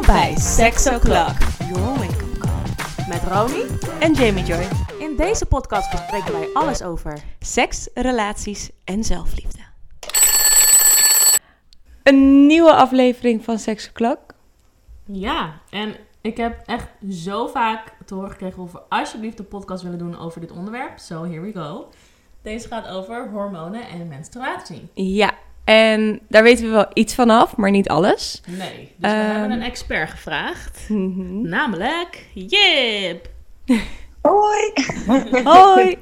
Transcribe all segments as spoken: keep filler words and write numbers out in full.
bij Sex O'Clock, your wake-up call. Met Romy En Jamie Joy. In deze podcast bespreken wij alles over Seks, relaties en zelfliefde. Een nieuwe aflevering van Sex O'Clock. Ja, en ik heb echt zo vaak te horen gekregen of we alsjeblieft een podcast willen doen over dit onderwerp. So here we go. Deze gaat over hormonen en menstruatie. Ja, en daar weten we wel iets van af, maar niet alles. Nee, dus we Um, hebben een expert gevraagd. Mm-hmm. Namelijk Jip. Hoi! Hoi!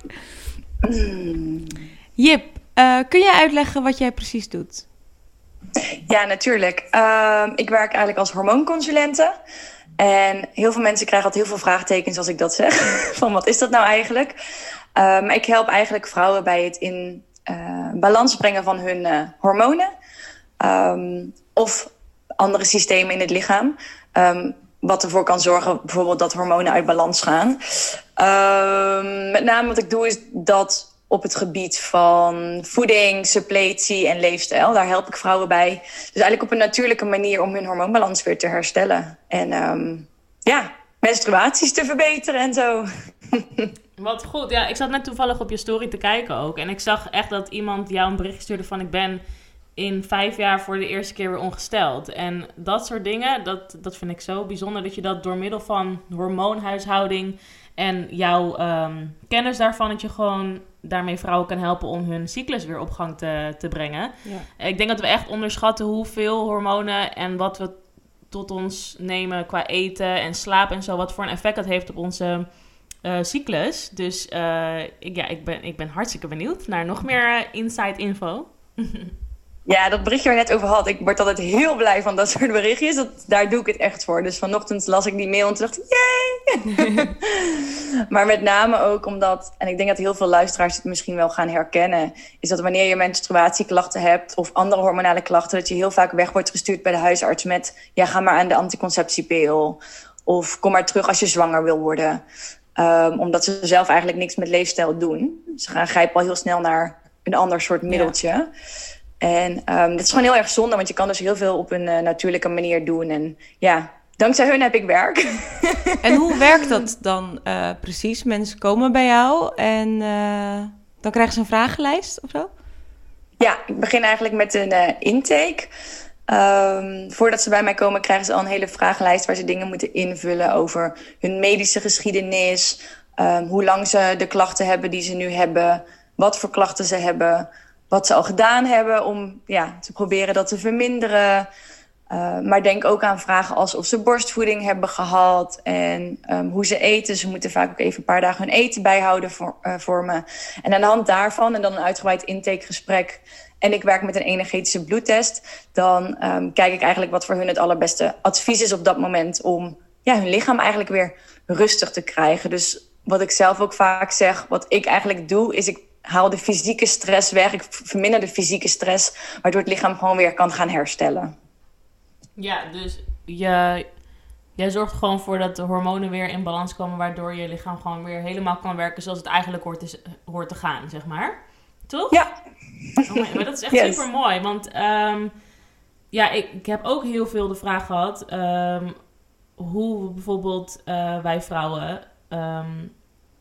Jip, uh, kun jij uitleggen wat jij precies doet? Ja, natuurlijk. Um, ik werk eigenlijk als hormoonconsulente. En heel veel mensen krijgen altijd heel veel vraagtekens als ik dat zeg. Van wat is dat nou eigenlijk? Um, ik help eigenlijk vrouwen bij het in uh, balans brengen van hun uh, hormonen. Um, of andere systemen in het lichaam. Um, wat ervoor kan zorgen bijvoorbeeld dat hormonen uit balans gaan. Um, met name wat ik doe is dat op het gebied van voeding, suppletie en leefstijl. Daar help ik vrouwen bij. Dus eigenlijk op een natuurlijke manier om hun hormoonbalans weer te herstellen. En um, ja, menstruaties te verbeteren en zo. Wat goed. Ja, ik zat net toevallig op je story te kijken ook. En ik zag echt dat iemand jou een bericht stuurde van ik ben in vijf jaar voor de eerste keer weer ongesteld. En dat soort dingen, dat, dat vind ik zo bijzonder dat je dat door middel van hormoonhuishouding en jouw um, kennis daarvan, dat je gewoon daarmee vrouwen kan helpen om hun cyclus weer op gang te, te brengen. Ja. Ik denk dat we echt onderschatten hoeveel hormonen en wat we tot ons nemen qua eten en slaap en zo, wat voor een effect dat heeft op onze uh, cyclus. Dus uh, ik, ja, ik, ben, ik ben hartstikke benieuwd naar nog meer uh, inside info. Ja, dat berichtje waar je net over had. Ik word altijd heel blij van dat soort berichtjes. Dat, daar doe ik het echt voor. Dus vanochtend las ik die mail en toen dacht ik, yay! Maar met name ook omdat, en ik denk dat heel veel luisteraars het misschien wel gaan herkennen, is dat wanneer je menstruatieklachten hebt of andere hormonale klachten, dat je heel vaak weg wordt gestuurd bij de huisarts met, ja, ga maar aan de anticonceptiepil. Of kom maar terug als je zwanger wil worden. Um, omdat ze zelf eigenlijk niks met leefstijl doen. Ze gaan grijpen al heel snel naar een ander soort middeltje. Ja. En um, dat is gewoon heel erg zonde, want je kan dus heel veel op een uh, natuurlijke manier doen. En ja, dankzij hun heb ik werk. En hoe werkt dat dan uh, precies? Mensen komen bij jou en uh, dan krijgen ze een vragenlijst of zo? Ja, ik begin eigenlijk met een uh, intake. Um, voordat ze bij mij komen krijgen ze al een hele vragenlijst waar ze dingen moeten invullen over hun medische geschiedenis, um, hoe lang ze de klachten hebben die ze nu hebben, wat voor klachten ze hebben, wat ze al gedaan hebben om ja, te proberen dat te verminderen. Uh, maar denk ook aan vragen als of ze borstvoeding hebben gehad en um, hoe ze eten. Ze moeten vaak ook even een paar dagen hun eten bijhouden voor, uh, voor me. En aan de hand daarvan en dan een uitgebreid intakegesprek en ik werk met een energetische bloedtest, dan um, kijk ik eigenlijk wat voor hun het allerbeste advies is op dat moment om ja, hun lichaam eigenlijk weer rustig te krijgen. Dus wat ik zelf ook vaak zeg, wat ik eigenlijk doe, is ik haal de fysieke stress weg. Ik verminder de fysieke stress, waardoor het lichaam gewoon weer kan gaan herstellen. Ja, dus je, jij zorgt er gewoon voor dat de hormonen weer in balans komen, waardoor je lichaam gewoon weer helemaal kan werken zoals het eigenlijk hoort te, hoort te gaan, zeg maar. Toch? Ja. Oh my, maar dat is echt yes. super mooi, want um, ja, ik, ik heb ook heel veel de vraag gehad um, hoe bijvoorbeeld uh, wij vrouwen Um,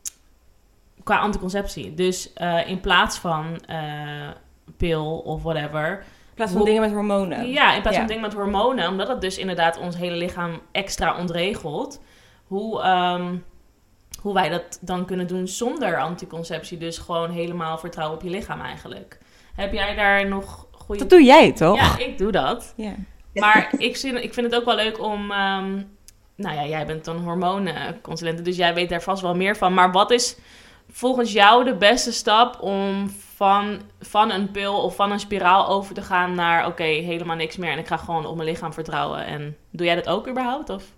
qua anticonceptie. Dus uh, in plaats van uh, pil of whatever. In plaats van hoe, dingen met hormonen. Ja, in plaats ja. van dingen met hormonen. Omdat het dus inderdaad ons hele lichaam extra ontregelt. Hoe, um, hoe wij dat dan kunnen doen zonder anticonceptie. Dus gewoon helemaal vertrouwen op je lichaam eigenlijk. Heb jij daar nog goede... Dat doe jij toch? Ja, ik doe dat. Ja. Maar ik vind, ik vind het ook wel leuk om... Um, nou ja, jij bent een hormonenconsulent. Dus jij weet daar vast wel meer van. Maar wat is volgens jou de beste stap om van, van een pil of van een spiraal over te gaan naar oké, okay, helemaal niks meer en ik ga gewoon op mijn lichaam vertrouwen? En doe jij dat ook überhaupt? Of?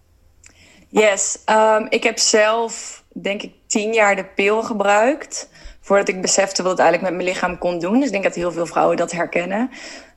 Yes, um, ik heb zelf denk ik tien jaar de pil gebruikt voordat ik besefte wat het eigenlijk met mijn lichaam kon doen. Dus ik denk dat heel veel vrouwen dat herkennen.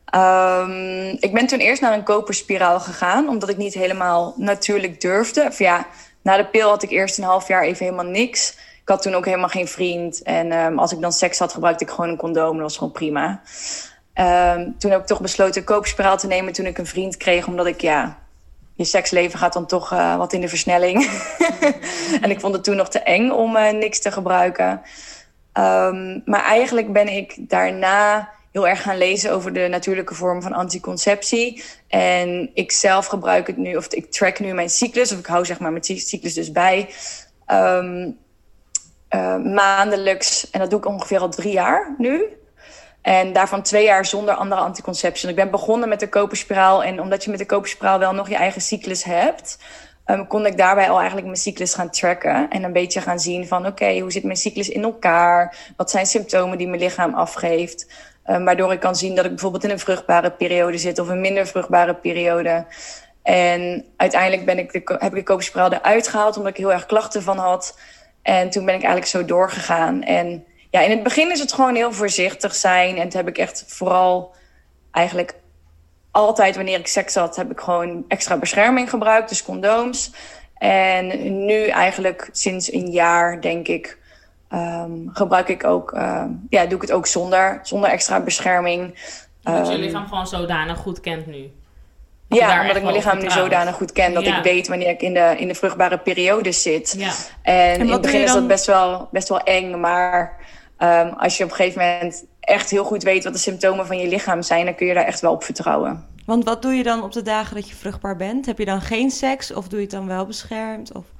Um, ik ben toen eerst naar een koperspiraal gegaan, omdat ik niet helemaal natuurlijk durfde. Of ja, na de pil had ik eerst een half jaar even helemaal niks. Ik had toen ook helemaal geen vriend. En um, als ik dan seks had, gebruikte ik gewoon een condoom. Dat was gewoon prima. Um, toen heb ik toch besloten een koperspiraal te nemen toen ik een vriend kreeg. Omdat ik ja, je seksleven gaat dan toch uh, wat in de versnelling. En ik vond het toen nog te eng om uh, niks te gebruiken. Um, maar eigenlijk ben ik daarna heel erg gaan lezen over de natuurlijke vorm van anticonceptie. En ik zelf gebruik het nu, of ik track nu mijn cyclus, of ik hou zeg maar mijn cyclus dus bij. Um, uh, maandelijks, en dat doe ik ongeveer al drie jaar nu. En daarvan twee jaar zonder andere anticonceptie. Ik ben begonnen met de koperspiraal. En omdat je met de koperspiraal wel nog je eigen cyclus hebt, Um, kon ik daarbij al eigenlijk mijn cyclus gaan tracken. En een beetje gaan zien van oké, okay, hoe zit mijn cyclus in elkaar? Wat zijn symptomen die mijn lichaam afgeeft? Um, waardoor ik kan zien dat ik bijvoorbeeld in een vruchtbare periode zit of een minder vruchtbare periode. En uiteindelijk ben ik de, heb ik de koperspiraal eruit gehaald omdat ik heel erg klachten van had. En toen ben ik eigenlijk zo doorgegaan. En ja, in het begin is het gewoon heel voorzichtig zijn. En toen heb ik echt vooral eigenlijk altijd wanneer ik seks had, heb ik gewoon extra bescherming gebruikt, dus condooms. En nu eigenlijk sinds een jaar, denk ik, um, gebruik ik ook, uh, ja, doe ik het ook zonder, zonder extra bescherming. Dat je um, je lichaam gewoon zodanig goed kent nu. Ja, omdat ik mijn lichaam nu zodanig goed ken dat ja. ik weet wanneer ik in de, in de vruchtbare periode zit. Ja. En, en in het begin dan... is dat best wel, best wel eng, maar um, als je op een gegeven moment echt heel goed weet wat de symptomen van je lichaam zijn, dan kun je daar echt wel op vertrouwen. Want wat doe je dan op de dagen dat je vruchtbaar bent? Heb je dan geen seks of doe je het dan wel beschermd? Of...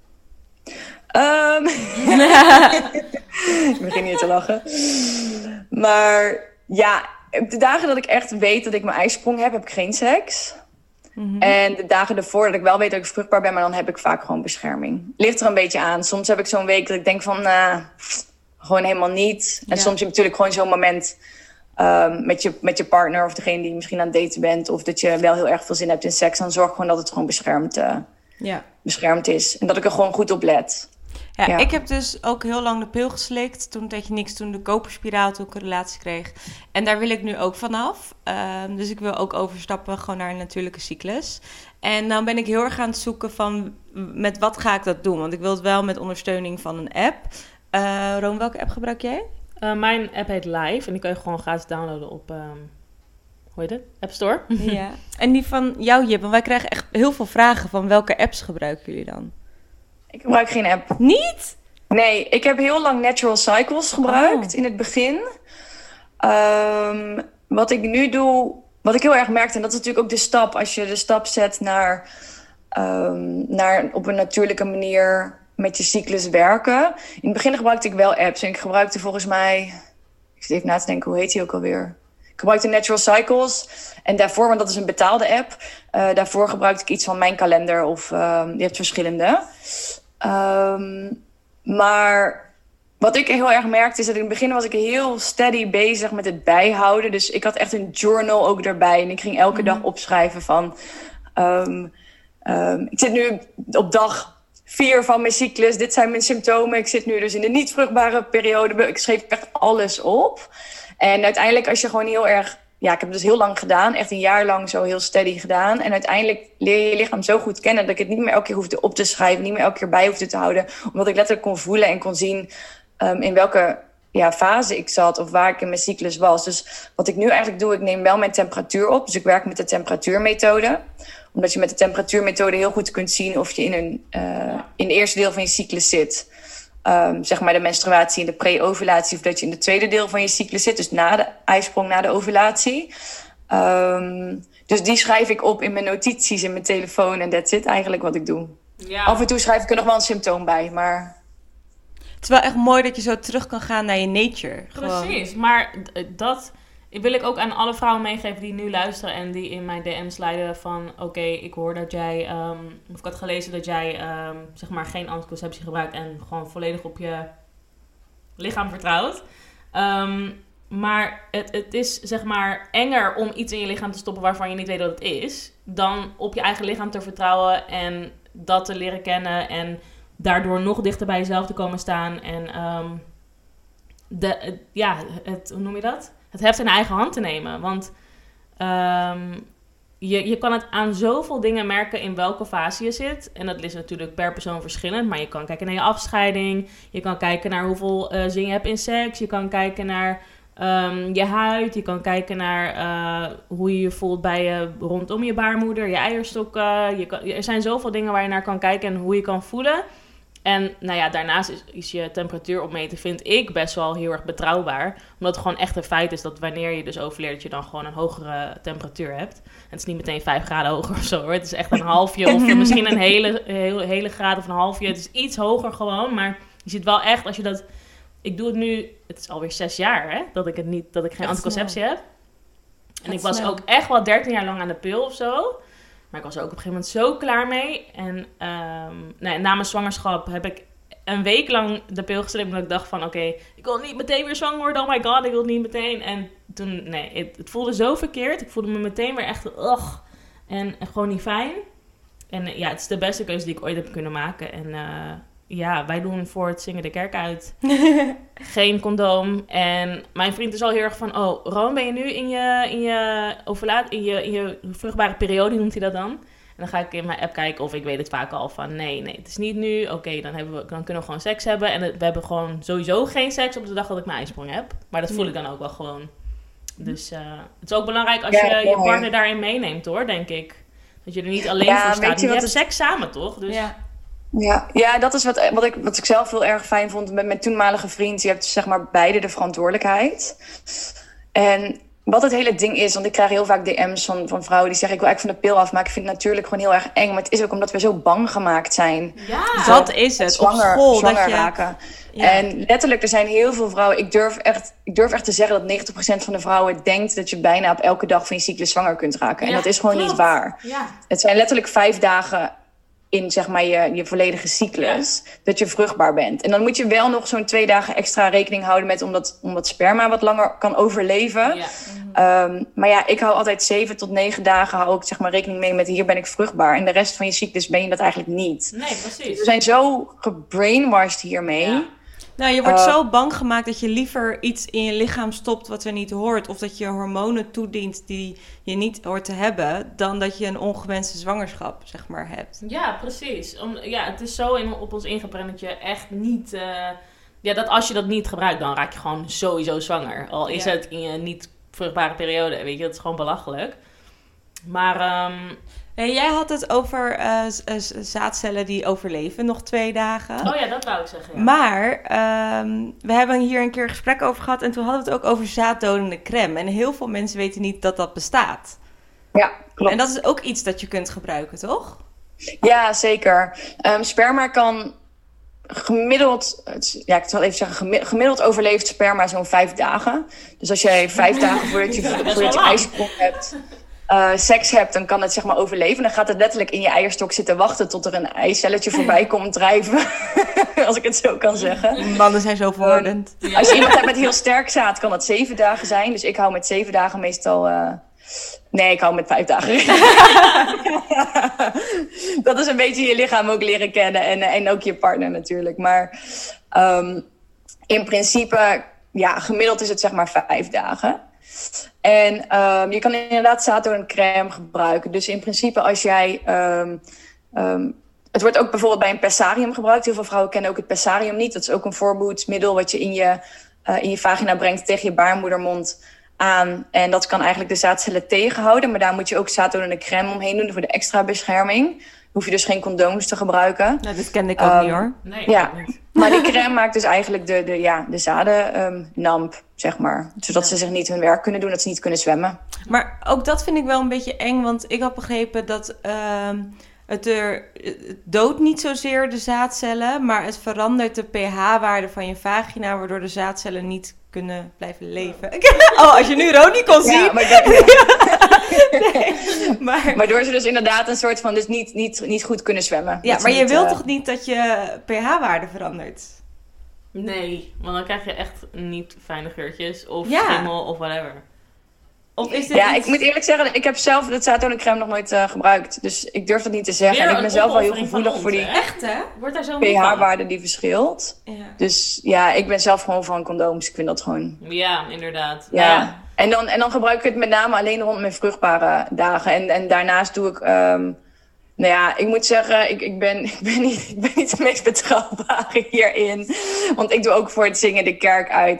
Um, ik begin hier te lachen. Maar ja, op de dagen dat ik echt weet dat ik mijn ijsprong heb, heb ik geen seks. Mm-hmm. En de dagen ervoor dat ik wel weet dat ik vruchtbaar ben, maar dan heb ik vaak gewoon bescherming. Ligt er een beetje aan. Soms heb ik zo'n week dat ik denk van, nou, gewoon helemaal niet. En ja. soms heb je natuurlijk gewoon zo'n moment um, met, je, met je partner of degene die je misschien aan het daten bent, of dat je wel heel erg veel zin hebt in seks. Dan zorg gewoon dat het gewoon beschermd, uh, ja. beschermd is. En dat ik er gewoon goed op let. Ja, ja, ik heb dus ook heel lang de pil geslikt. Toen deed je niks, toen de koperspiraal, toen ik een relatie kreeg. En daar wil ik nu ook vanaf. Um, dus ik wil ook overstappen gewoon naar een natuurlijke cyclus. En nou ben ik heel erg aan het zoeken van met wat ga ik dat doen? Want ik wil het wel met ondersteuning van een app. Uh, Room, welke app gebruik jij? Uh, mijn app heet Live en die kun je gewoon gratis downloaden op, um, hoe heet het? App Store. Ja. En die van jou, Jip, want wij krijgen echt heel veel vragen van welke apps gebruiken jullie dan? Ik gebruik geen app. Niet? Nee, ik heb heel lang Natural Cycles gebruikt oh. in het begin. Um, wat ik nu doe, wat ik heel erg merkte, en dat is natuurlijk ook de stap, als je de stap zet naar, um, naar op een natuurlijke manier met je cyclus werken. In het begin gebruikte ik wel apps en ik gebruikte volgens mij, ik zit even na te denken, hoe heet die ook alweer? Ik gebruikte Natural Cycles en daarvoor, want dat is een betaalde app, uh, daarvoor gebruikte ik iets van Mijn Kalender of uh, je hebt verschillende. Um, maar wat ik heel erg merkte is dat in het begin was ik heel steady bezig met het bijhouden. Dus ik had echt een journal ook erbij en ik ging elke mm-hmm. dag opschrijven van Um, um, ik zit nu op dag vier van mijn cyclus. Dit zijn mijn symptomen. Ik zit nu dus in de niet vruchtbare periode. Ik schreef echt alles op. En uiteindelijk als je gewoon heel erg... Ja, ik heb het dus heel lang gedaan. Echt een jaar lang zo heel steady gedaan. En uiteindelijk leer je je lichaam zo goed kennen dat ik het niet meer elke keer hoefde op te schrijven. Niet meer elke keer bij hoefde te houden. Omdat ik letterlijk kon voelen en kon zien um, in welke ja, fase ik zat. Of waar ik in mijn cyclus was. Dus wat ik nu eigenlijk doe, ik neem wel mijn temperatuur op. Dus ik werk met de temperatuurmethode. Omdat je met de temperatuurmethode heel goed kunt zien of je in, een, uh, in het eerste deel van je cyclus zit. Um, zeg maar de menstruatie en de pre-ovulatie, of dat je in het tweede deel van je cyclus zit, dus na de ijsprong, na de ovulatie. Um, dus die schrijf ik op in mijn notities in mijn telefoon en that's it eigenlijk wat ik doe. Ja. Af en toe schrijf ik er nog wel een symptoom bij, maar... Het is wel echt mooi dat je zo terug kan gaan naar je nature. Precies, gewoon. Maar dat wil ik ook aan alle vrouwen meegeven die nu luisteren en die in mijn D M's leiden van oké, okay, ik hoor dat jij, um, of ik had gelezen dat jij um, zeg maar geen anticonceptie gebruikt en gewoon volledig op je lichaam vertrouwt. Um, maar het, het is zeg maar enger om iets in je lichaam te stoppen waarvan je niet weet wat het is, dan op je eigen lichaam te vertrouwen en dat te leren kennen en daardoor nog dichter bij jezelf te komen staan en um, de, het, ja, het, hoe noem je dat? Het heft in eigen hand te nemen. Want um, je, je kan het aan zoveel dingen merken in welke fase je zit. En dat is natuurlijk per persoon verschillend. Maar je kan kijken naar je afscheiding. Je kan kijken naar hoeveel uh, zin je hebt in seks. Je kan kijken naar um, je huid. Je kan kijken naar uh, hoe je je voelt bij je, rondom je baarmoeder, je eierstokken. Je kan, er zijn zoveel dingen waar je naar kan kijken en hoe je kan voelen. En nou ja, daarnaast is, is je temperatuur opmeten, vind ik best wel heel erg betrouwbaar. Omdat het gewoon echt een feit is dat wanneer je dus overleert, dat je dan gewoon een hogere temperatuur hebt. En het is niet meteen vijf graden hoger of zo hoor. Het is echt een halfje of misschien een hele, hele, hele graad of een halfje. Het is iets hoger gewoon, maar je ziet wel echt als je dat... Ik doe het nu, het is alweer zes jaar hè, dat ik, het niet, dat ik geen anticonceptie heb. En ik was snel. ook echt wel dertien jaar lang aan de pil of zo. Maar ik was er ook op een gegeven moment zo klaar mee. En um, nee, na mijn zwangerschap heb ik een week lang de pil geslikt. Omdat ik dacht van, oké, okay, ik wil niet meteen weer zwanger worden. Oh my god, ik wil het niet meteen. En toen, nee, het, het voelde zo verkeerd. Ik voelde me meteen weer echt, ugh. En, en gewoon niet fijn. En uh, ja, het is de beste keuze die ik ooit heb kunnen maken. En uh, ja, wij doen voor het zingen de kerk uit. Geen condoom. En mijn vriend is al heel erg van... Oh, Roon, ben je nu in je, in je ovulaat, in je, in je vruchtbare periode, noemt hij dat dan? En dan ga ik in mijn app kijken of ik weet het vaak al van... Nee, nee, het is niet nu. Oké, okay, dan, hebben we, dan kunnen we gewoon seks hebben. En het, we hebben gewoon sowieso geen seks op de dag dat ik mijn ijsprong heb. Maar dat voel ik dan ook wel gewoon. Dus uh, het is ook belangrijk als ja, je je partner daarin meeneemt, hoor, denk ik. Dat je er niet alleen ja, voor staat. Je, je hebt het... seks samen, toch? Dus... Ja. Ja, ja, dat is wat, wat, ik, wat ik zelf heel erg fijn vond met mijn toenmalige vriend. Je hebt dus zeg maar beide de verantwoordelijkheid. En wat het hele ding is, want ik krijg heel vaak D M's van, van vrouwen die zeggen... ik wil eigenlijk van de pil af, maar ik vind het natuurlijk gewoon heel erg eng. Maar het is ook omdat we zo bang gemaakt zijn. Ja, dat is het. Zwanger, op school, zwanger dat je... raken. Ja. En letterlijk, er zijn heel veel vrouwen... Ik durf echt, ik durf echt te zeggen dat negentig procent van de vrouwen denkt... dat je bijna op elke dag van je cyclus zwanger kunt raken. En ja, dat is gewoon klopt. niet waar. Ja. Het zijn letterlijk vijf dagen... in zeg maar je, je volledige cyclus, ja. dat je vruchtbaar bent. En dan moet je wel nog zo'n twee dagen extra rekening houden met... omdat, omdat sperma wat langer kan overleven. Ja. Um, maar ja, ik hou altijd zeven tot negen dagen... hou ik zeg maar rekening mee met hier ben ik vruchtbaar. En de rest van je cyclus ben je dat eigenlijk niet. Nee, precies. We zijn zo gebrainwashed hiermee... Ja. Nou, je wordt uh, zo bang gemaakt dat je liever iets in je lichaam stopt wat er niet hoort. Of dat je hormonen toedient die je niet hoort te hebben. Dan dat je een ongewenste zwangerschap, zeg maar, hebt. Ja, precies. Om, ja, het is zo in, op ons ingeprent dat je echt niet... Uh, ja, dat als je dat niet gebruikt, dan raak je gewoon sowieso zwanger. Al is ja. het in je niet vruchtbare periode, weet je. Dat is gewoon belachelijk. Maar... Um, Hey, jij had het over uh, z- zaadcellen die overleven nog twee dagen. Oh ja, dat wou ik zeggen. Ja. Maar um, we hebben hier een keer een gesprek over gehad... en toen hadden we het ook over zaaddodende crème. En heel veel mensen weten niet dat dat bestaat. Ja, klopt. En dat is ook iets dat je kunt gebruiken, toch? Ja, zeker. Um, sperma kan gemiddeld... Ja, ik zal even zeggen... gemiddeld overleeft sperma zo'n vijf dagen. Dus als jij vijf dagen voordat je, voordat je ijsprong hebt... Uh, seks hebt, dan kan het zeg maar overleven. Dan gaat het letterlijk in je eierstok zitten wachten... tot er een eicelletje voorbij komt drijven. Als ik het zo kan zeggen. Mannen zijn zo verwoordend. Um, als je iemand hebt met heel sterk zaad... kan dat zeven dagen zijn. Dus ik hou met zeven dagen meestal... Uh... Nee, ik hou met vijf dagen. Dat is een beetje je lichaam ook leren kennen. En, en ook je partner natuurlijk. Maar um, in principe... Ja, gemiddeld is het zeg maar vijf dagen... En um, je kan inderdaad zaaddodende crème gebruiken. Dus in principe als jij... Um, um, het wordt ook bijvoorbeeld bij een pessarium gebruikt. Heel veel vrouwen kennen ook het pessarium niet. Dat is ook een voorboedsmiddel wat je in je, uh, in je vagina brengt tegen je baarmoedermond aan. En dat kan eigenlijk de zaadcellen tegenhouden. Maar daar moet je ook zaaddodende crème omheen doen voor de extra bescherming. Hoef je dus geen condooms te gebruiken. Nou, dit kende ik ook um, niet hoor. Nee, ja, maar die crème maakt dus eigenlijk de, de, ja, de zaden um, namp, zeg maar. Zodat ja. ze zich niet hun werk kunnen doen, dat ze niet kunnen zwemmen. Maar ook dat vind ik wel een beetje eng, want ik had begrepen dat uh, het er het doodt niet zozeer de zaadcellen, maar het verandert de pH-waarde van je vagina, waardoor de zaadcellen niet kunnen blijven leven. Oh, als je nu Ronnie kon zien. Ja, maar, dat, nee, maar... Waardoor ze dus inderdaad een soort van dus niet, niet, niet goed kunnen zwemmen. Ja, dat maar je niet, wilt uh... toch niet dat je pH-waarde verandert? Nee, want dan krijg je echt niet fijne geurtjes of ja. schimmel of whatever. Of is dit ja, iets... ik moet eerlijk zeggen, ik heb zelf de zaaddodende crème nog nooit uh, gebruikt. Dus ik durf dat niet te zeggen. Weer en ik ben zelf wel heel gevoelig ons, voor die echt, hè? Wordt daar zo pH-waarde die verschilt. Ja. Dus ja, ik ben zelf gewoon van condooms. Ik vind dat gewoon... Ja, inderdaad. Ja. ja. En, dan, en dan gebruik ik het met name alleen rond mijn vruchtbare dagen. En, en daarnaast doe ik... Um, nou ja, ik moet zeggen, ik, ik, ben, ik, ben niet, ik ben niet de meest betrouwbare hierin. Want ik doe ook voor het zingen de kerk uit.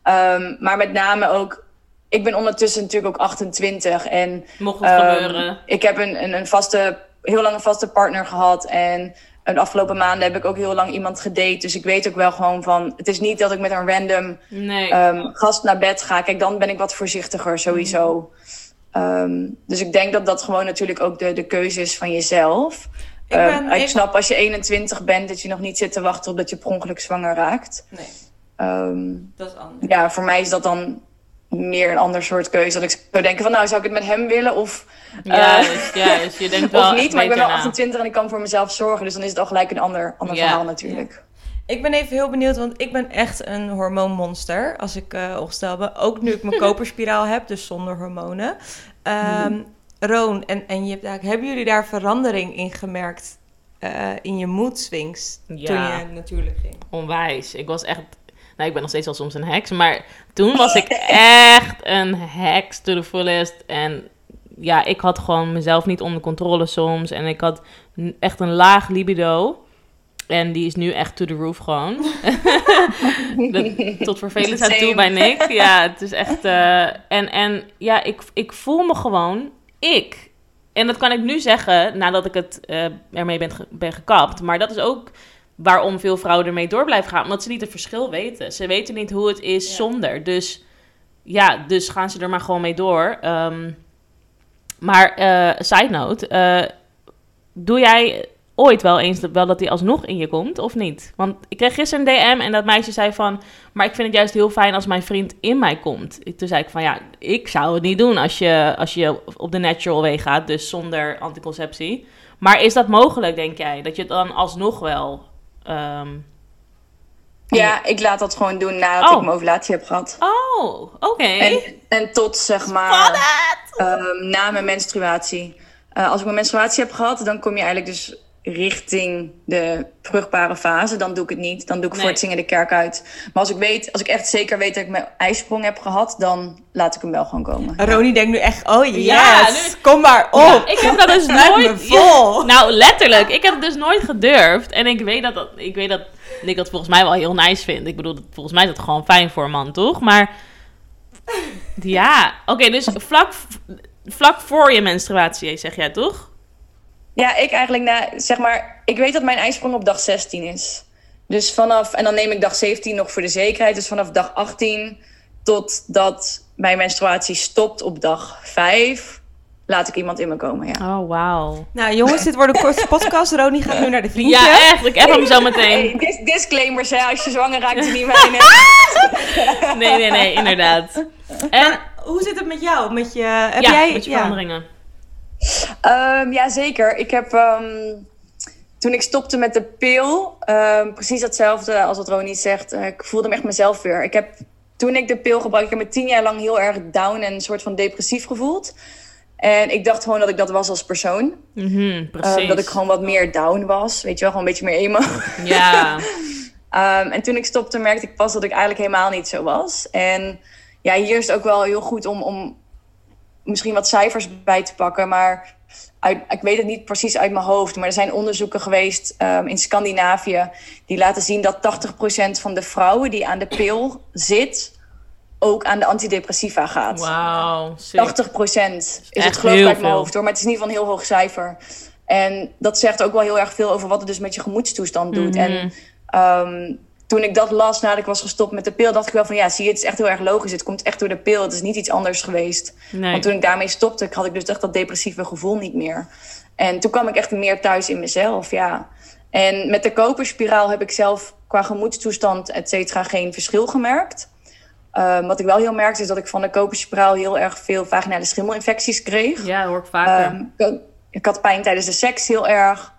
Um, maar met name ook... Ik ben ondertussen natuurlijk ook achtentwintig. En, Mocht het um, gebeuren. Ik heb een, een, een vaste, heel lang een vaste partner gehad. En de afgelopen maanden heb ik ook heel lang iemand gedate. Dus ik weet ook wel gewoon van... Het is niet dat ik met een random nee. um, gast naar bed ga. Kijk, dan ben ik wat voorzichtiger sowieso. Mm. Um, dus ik denk dat dat gewoon natuurlijk ook de, de keuze is van jezelf. Ik, ben um, ik even... snap als je eenentwintig bent... dat je nog niet zit te wachten op dat je per ongeluk zwanger raakt. Nee, um, dat is anders. Ja, voor mij is dat dan... meer een ander soort keuze. Dat ik zou denken van, nou, zou ik het met hem willen? Of, juist, uh, juist. Je denkt wel of niet, maar ik ben wel na. achtentwintig en ik kan voor mezelf zorgen. Dus dan is het al gelijk een ander, ander ja. verhaal natuurlijk. Ja. Ik ben even heel benieuwd, want ik ben echt een hormoonmonster. Als ik uh, opstel ben. Ook nu ik mijn koperspiraal heb, dus zonder hormonen. Um, hmm. Roon en, en je, hebben jullie daar verandering in gemerkt? Uh, in je mood swings? Ja. Toen je natuurlijk ging? Onwijs. Ik was echt... Nou, ik ben nog steeds wel soms een heks. Maar toen was ik echt een heks to the fullest. En ja, ik had gewoon mezelf niet onder controle soms. En ik had echt een laag libido. En die is nu echt to the roof gewoon. De, tot vervelendheid toe bij Nick. Ja, het is echt... Uh, en, en ja, ik, ik voel me gewoon ik. En dat kan ik nu zeggen nadat ik het uh, ermee ben, ge, ben gekapt. Maar dat is ook... waarom veel vrouwen ermee door blijven gaan. Omdat ze niet het verschil weten. Ze weten niet hoe het is ja. zonder. Dus ja, dus gaan ze er maar gewoon mee door. Um, maar, uh, side note. Uh, doe jij ooit wel eens wel dat die alsnog in je komt? Of niet? Want ik kreeg gisteren een D M en dat meisje zei van... maar ik vind het juist heel fijn als mijn vriend in mij komt. Toen zei ik van ja, ik zou het niet doen als je, als je op de natural way gaat. Dus zonder anticonceptie. Maar is dat mogelijk, denk jij? Dat je het dan alsnog wel... Um, ja, ik laat dat gewoon doen nadat oh. ik mijn ovulatie heb gehad. Oh, oké. Okay. En, en tot, zeg maar, um, na mijn menstruatie. Uh, als ik mijn menstruatie heb gehad, dan kom je eigenlijk dus richting de vruchtbare fase. Dan doe ik het niet. Dan doe ik nee. voor het zingen de kerk uit. Maar als ik weet, als ik echt zeker weet dat ik mijn ijsprong heb gehad, dan laat ik hem wel gewoon komen. Ronnie ja. denkt nu echt, oh yes, ja, nu... kom maar op. Ja, ik heb dat dus nooit... Ja, nou, letterlijk. Ik heb het dus nooit gedurfd. En ik weet dat, dat, ik weet dat Nick dat volgens mij wel heel nice vindt. Ik bedoel, volgens mij is dat gewoon fijn voor een man, toch? Maar ja, oké, okay, dus vlak, vlak voor je menstruatie, zeg jij toch? Ja, ik eigenlijk na, zeg maar, ik weet dat mijn ijsprong op dag zestien is. Dus vanaf, en dan neem ik dag zeventien nog voor de zekerheid. Dus vanaf dag achttien totdat mijn menstruatie stopt op dag vijf, laat ik iemand in me komen, ja. Oh, wauw. Nou, jongens, dit wordt een korte podcast. Ronnie gaat nu naar de vriendje. Ja, echt. Ik heb hem zo meteen. Hey, dis- disclaimers, hè. Als je zwanger raakt, is niet mijn hè. Nee, nee, nee, inderdaad. En maar, hoe zit het met jou? Met je, heb ja, jij, met je ja. veranderingen. Um, ja, zeker. Ik heb... Um, toen ik stopte met de pil, um, precies hetzelfde als wat Ronnie zegt. Uh, ik voelde me echt mezelf weer. Ik heb, toen ik de pil gebruikte, ik heb me tien jaar lang heel erg down en een soort van depressief gevoeld. En ik dacht gewoon dat ik dat was als persoon. Mm-hmm, precies. Um, dat ik gewoon wat meer down was. Weet je wel, gewoon een beetje meer emo. Ja. um, en toen ik stopte, merkte ik pas dat ik eigenlijk helemaal niet zo was. En ja, hier is het ook wel heel goed om, om misschien wat cijfers bij te pakken. Maar uit, ik weet het niet precies uit mijn hoofd. Maar er zijn onderzoeken geweest um, in Scandinavië die laten zien dat tachtig procent van de vrouwen die aan de pil zit ook aan de antidepressiva gaat. Wauw, tachtig procent is het geloof ik uit mijn hoofd hoor. Maar het is in ieder geval een heel hoog cijfer. En dat zegt ook wel heel erg veel over wat het dus met je gemoedstoestand doet. Mm-hmm. En um, toen ik dat las nadat ik was gestopt met de pil, dacht ik wel van ja, zie je, het is echt heel erg logisch. Het komt echt door de pil. Het is niet iets anders geweest. Nee. Want toen ik daarmee stopte, had ik dus echt dat depressieve gevoel niet meer. En toen kwam ik echt meer thuis in mezelf, ja. En met de koperspiraal heb ik zelf qua gemoedstoestand, et cetera, geen verschil gemerkt. Um, wat ik wel heel merkte is dat ik van de koperspiraal heel erg veel vaginale schimmelinfecties kreeg. Ja, dat hoor ik vaker. Um, ik, ik had pijn tijdens de seks heel erg.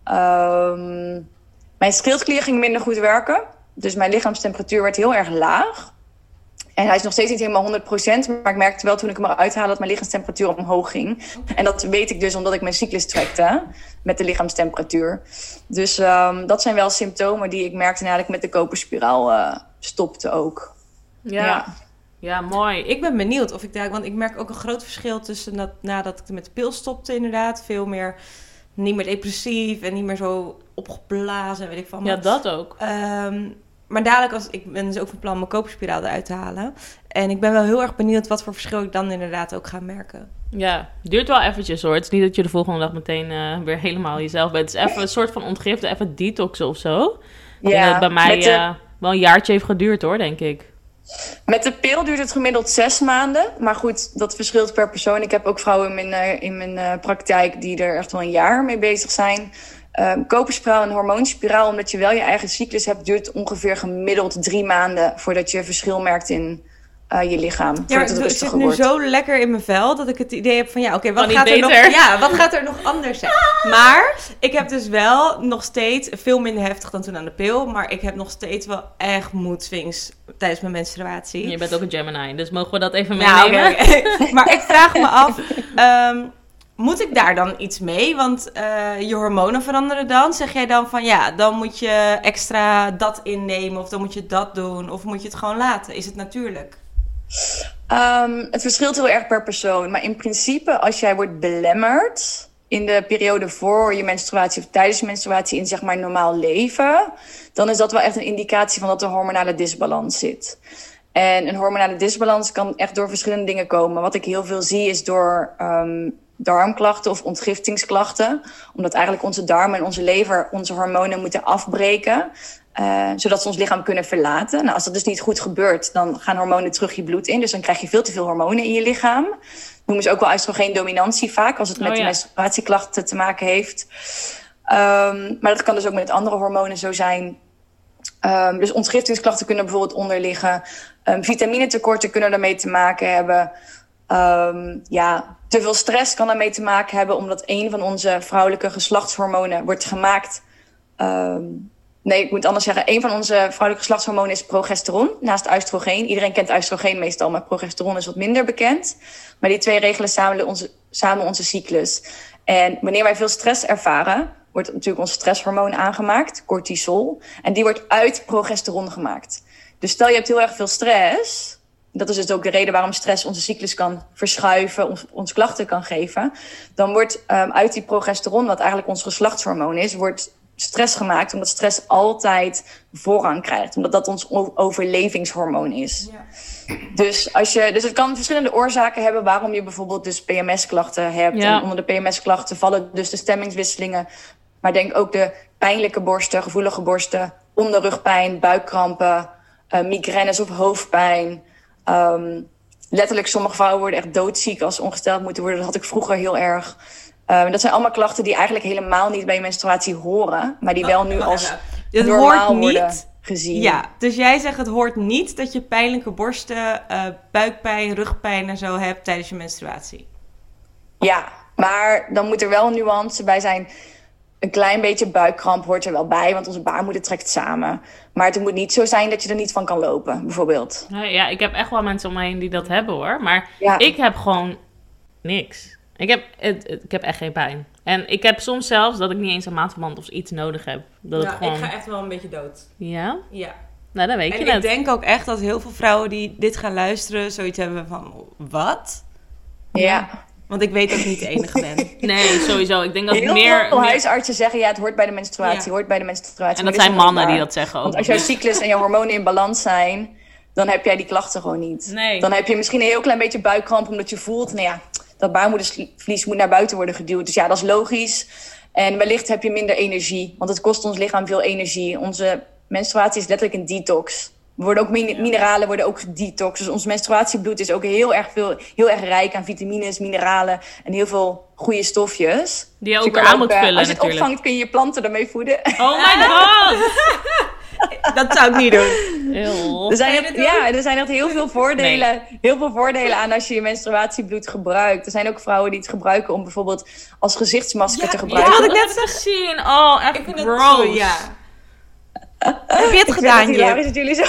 Um, mijn schildklier ging minder goed werken. Dus mijn lichaamstemperatuur werd heel erg laag. En hij is nog steeds niet helemaal honderd procent. Maar ik merkte wel toen ik hem eruit haalde dat mijn lichaamstemperatuur omhoog ging. Okay. En dat weet ik dus omdat ik mijn cyclus trekte met de lichaamstemperatuur. Dus um, dat zijn wel symptomen die ik merkte nadat ik met de koperspiraal uh, stopte ook. Ja. ja, ja, mooi. Ik ben benieuwd of ik daar... Want ik merk ook een groot verschil tussen dat, nadat ik met de pil stopte inderdaad. Veel meer, niet meer depressief en niet meer zo opgeblazen, weet ik van. Ja, dat ook. Um, maar dadelijk, als ik ben dus ook van plan mijn koperspiraal eruit te halen. En ik ben wel heel erg benieuwd wat voor verschil ik dan inderdaad ook ga merken. Ja, duurt wel eventjes hoor. Het is niet dat je de volgende dag meteen uh, weer helemaal jezelf bent. Het is even een soort van ontgifte, even detoxen of zo. Ja, dat bij mij de... uh, wel een jaartje heeft geduurd hoor, denk ik. Met de pil duurt het gemiddeld zes maanden. Maar goed, dat verschilt per persoon. Ik heb ook vrouwen in mijn, uh, in mijn uh, praktijk die er echt wel een jaar mee bezig zijn. Uh, koperspiraal en hormoonspiraal, omdat je wel je eigen cyclus hebt, duurt ongeveer gemiddeld drie maanden voordat je verschil merkt in uh, je lichaam. Ja, het ik zit nu wordt. zo lekker in mijn vel dat ik het idee heb van ja, oké, okay, wat, gaat er nog, ja, wat gaat er nog anders zijn? Maar ik heb dus wel nog steeds, veel minder heftig dan toen aan de pil, maar ik heb nog steeds wel echt mood swings tijdens mijn menstruatie. Je bent ook een Gemini, dus mogen we dat even meenemen? Ja, okay, okay. Maar ik vraag me af, um, moet ik daar dan iets mee? Want uh, je hormonen veranderen dan. Zeg jij dan van ja, dan moet je extra dat innemen of dan moet je dat doen of moet je het gewoon laten? Is het natuurlijk? Um, het verschilt heel erg per persoon. Maar in principe, als jij wordt belemmerd in de periode voor je menstruatie of tijdens je menstruatie in zeg maar normaal leven, dan is dat wel echt een indicatie van dat er hormonale disbalans zit. En een hormonale disbalans kan echt door verschillende dingen komen. Wat ik heel veel zie is door um, darmklachten of ontgiftingsklachten. Omdat eigenlijk onze darmen en onze lever onze hormonen moeten afbreken. Uh, zodat ze ons lichaam kunnen verlaten. Nou, als dat dus niet goed gebeurt, dan gaan hormonen terug je bloed in. Dus dan krijg je veel te veel hormonen in je lichaam. Noemen ze ook wel oestrogeendominantie vaak, als het met oh, ja. de menstruatieklachten te maken heeft. Um, maar dat kan dus ook met andere hormonen zo zijn. Um, dus ontgiftingsklachten kunnen bijvoorbeeld onderliggen. Um, vitaminetekorten kunnen daarmee te maken hebben. Um, ja, te veel stress kan daarmee te maken hebben, omdat een van onze vrouwelijke geslachtshormonen wordt gemaakt. Um, nee, ik moet anders zeggen. Een van onze vrouwelijke geslachtshormonen is progesteron, naast oestrogeen. Iedereen kent oestrogeen meestal, maar progesteron is wat minder bekend. Maar die twee regelen samen onze, samen onze cyclus. En wanneer wij veel stress ervaren, wordt natuurlijk ons stresshormoon aangemaakt, cortisol. En die wordt uit progesteron gemaakt. Dus stel je hebt heel erg veel stress. Dat is dus ook de reden waarom stress onze cyclus kan verschuiven, ons, ons klachten kan geven. Dan wordt um, uit die progesteron, wat eigenlijk ons geslachtshormoon is, wordt stress gemaakt, omdat stress altijd voorrang krijgt. Omdat dat ons overlevingshormoon is. Ja. Dus, als je, dus het kan verschillende oorzaken hebben waarom je bijvoorbeeld dus P M S-klachten hebt. Ja. En onder de P M S-klachten vallen dus de stemmingswisselingen. Maar denk ook de pijnlijke borsten, gevoelige borsten, onderrugpijn, buikkrampen, uh, migraines of hoofdpijn. Um, letterlijk, sommige vrouwen worden echt doodziek als ze ongesteld moeten worden. Dat had ik vroeger heel erg. Um, dat zijn allemaal klachten die eigenlijk helemaal niet bij je menstruatie horen. Maar die wel nu oh, als ja. normaal hoort worden niet, gezien. Ja, dus jij zegt het hoort niet dat je pijnlijke borsten, uh, buikpijn, rugpijn en zo hebt tijdens je menstruatie. Ja, maar dan moet er wel een nuance bij zijn. Een klein beetje buikkramp hoort er wel bij, want onze baarmoeder trekt samen. Maar het moet niet zo zijn dat je er niet van kan lopen, bijvoorbeeld. Ja, ik heb echt wel mensen om me heen die dat hebben, hoor. Maar ja. ik heb gewoon niks. Ik heb, het, het, ik heb echt geen pijn. En ik heb soms zelfs dat ik niet eens een maandverband of iets nodig heb. Dat ja, het gewoon... ik ga echt wel een beetje dood. Ja? Ja. Nou, dan weet en je het. het. En ik denk ook echt dat heel veel vrouwen die dit gaan luisteren zoiets hebben van, wat? Ja. Want ik weet dat ik niet de enige ben. Nee, sowieso. Ik denk dat heel meer... veel meer... huisartsen zeggen, ja, het hoort bij de menstruatie. Ja. hoort bij de menstruatie. En dat zijn mannen die dat zeggen ook. Want als jouw cyclus en jouw hormonen in balans zijn, dan heb jij die klachten gewoon niet. Nee. Dan heb je misschien een heel klein beetje buikkramp, omdat je voelt, nou ja, dat baarmoedervlies moet naar buiten worden geduwd. Dus ja, dat is logisch. En wellicht heb je minder energie, want het kost ons lichaam veel energie. Onze menstruatie is letterlijk een detox. We worden ook min- mineralen worden ook gedetoxed. Dus ons menstruatiebloed is ook heel erg, veel, heel erg rijk aan vitamines, mineralen en heel veel goede stofjes. Die je ook dus aan moet vullen, Als je het natuurlijk. opvangt, kun je je planten ermee voeden. Oh my god! Dat zou ik niet doen. Er zijn, echt, ja, er zijn echt heel veel voordelen, nee. heel veel voordelen aan als je je menstruatiebloed gebruikt. Er zijn ook vrouwen die het gebruiken om bijvoorbeeld als gezichtsmasker ja, te gebruiken. Ja, dat had ik net gezien. Oh, echt ik gross. Het, ja. Heb je het ik gedaan, Jip? Hilarisch dat jullie zo...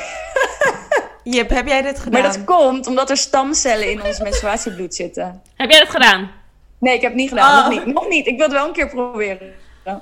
Jip, heb jij dit gedaan? Maar dat komt omdat er stamcellen in ons menstruatiebloed zitten. Heb jij dat gedaan? Nee, ik heb het niet gedaan. Oh. Nog niet. Nog niet. Ik wil het wel een keer proberen.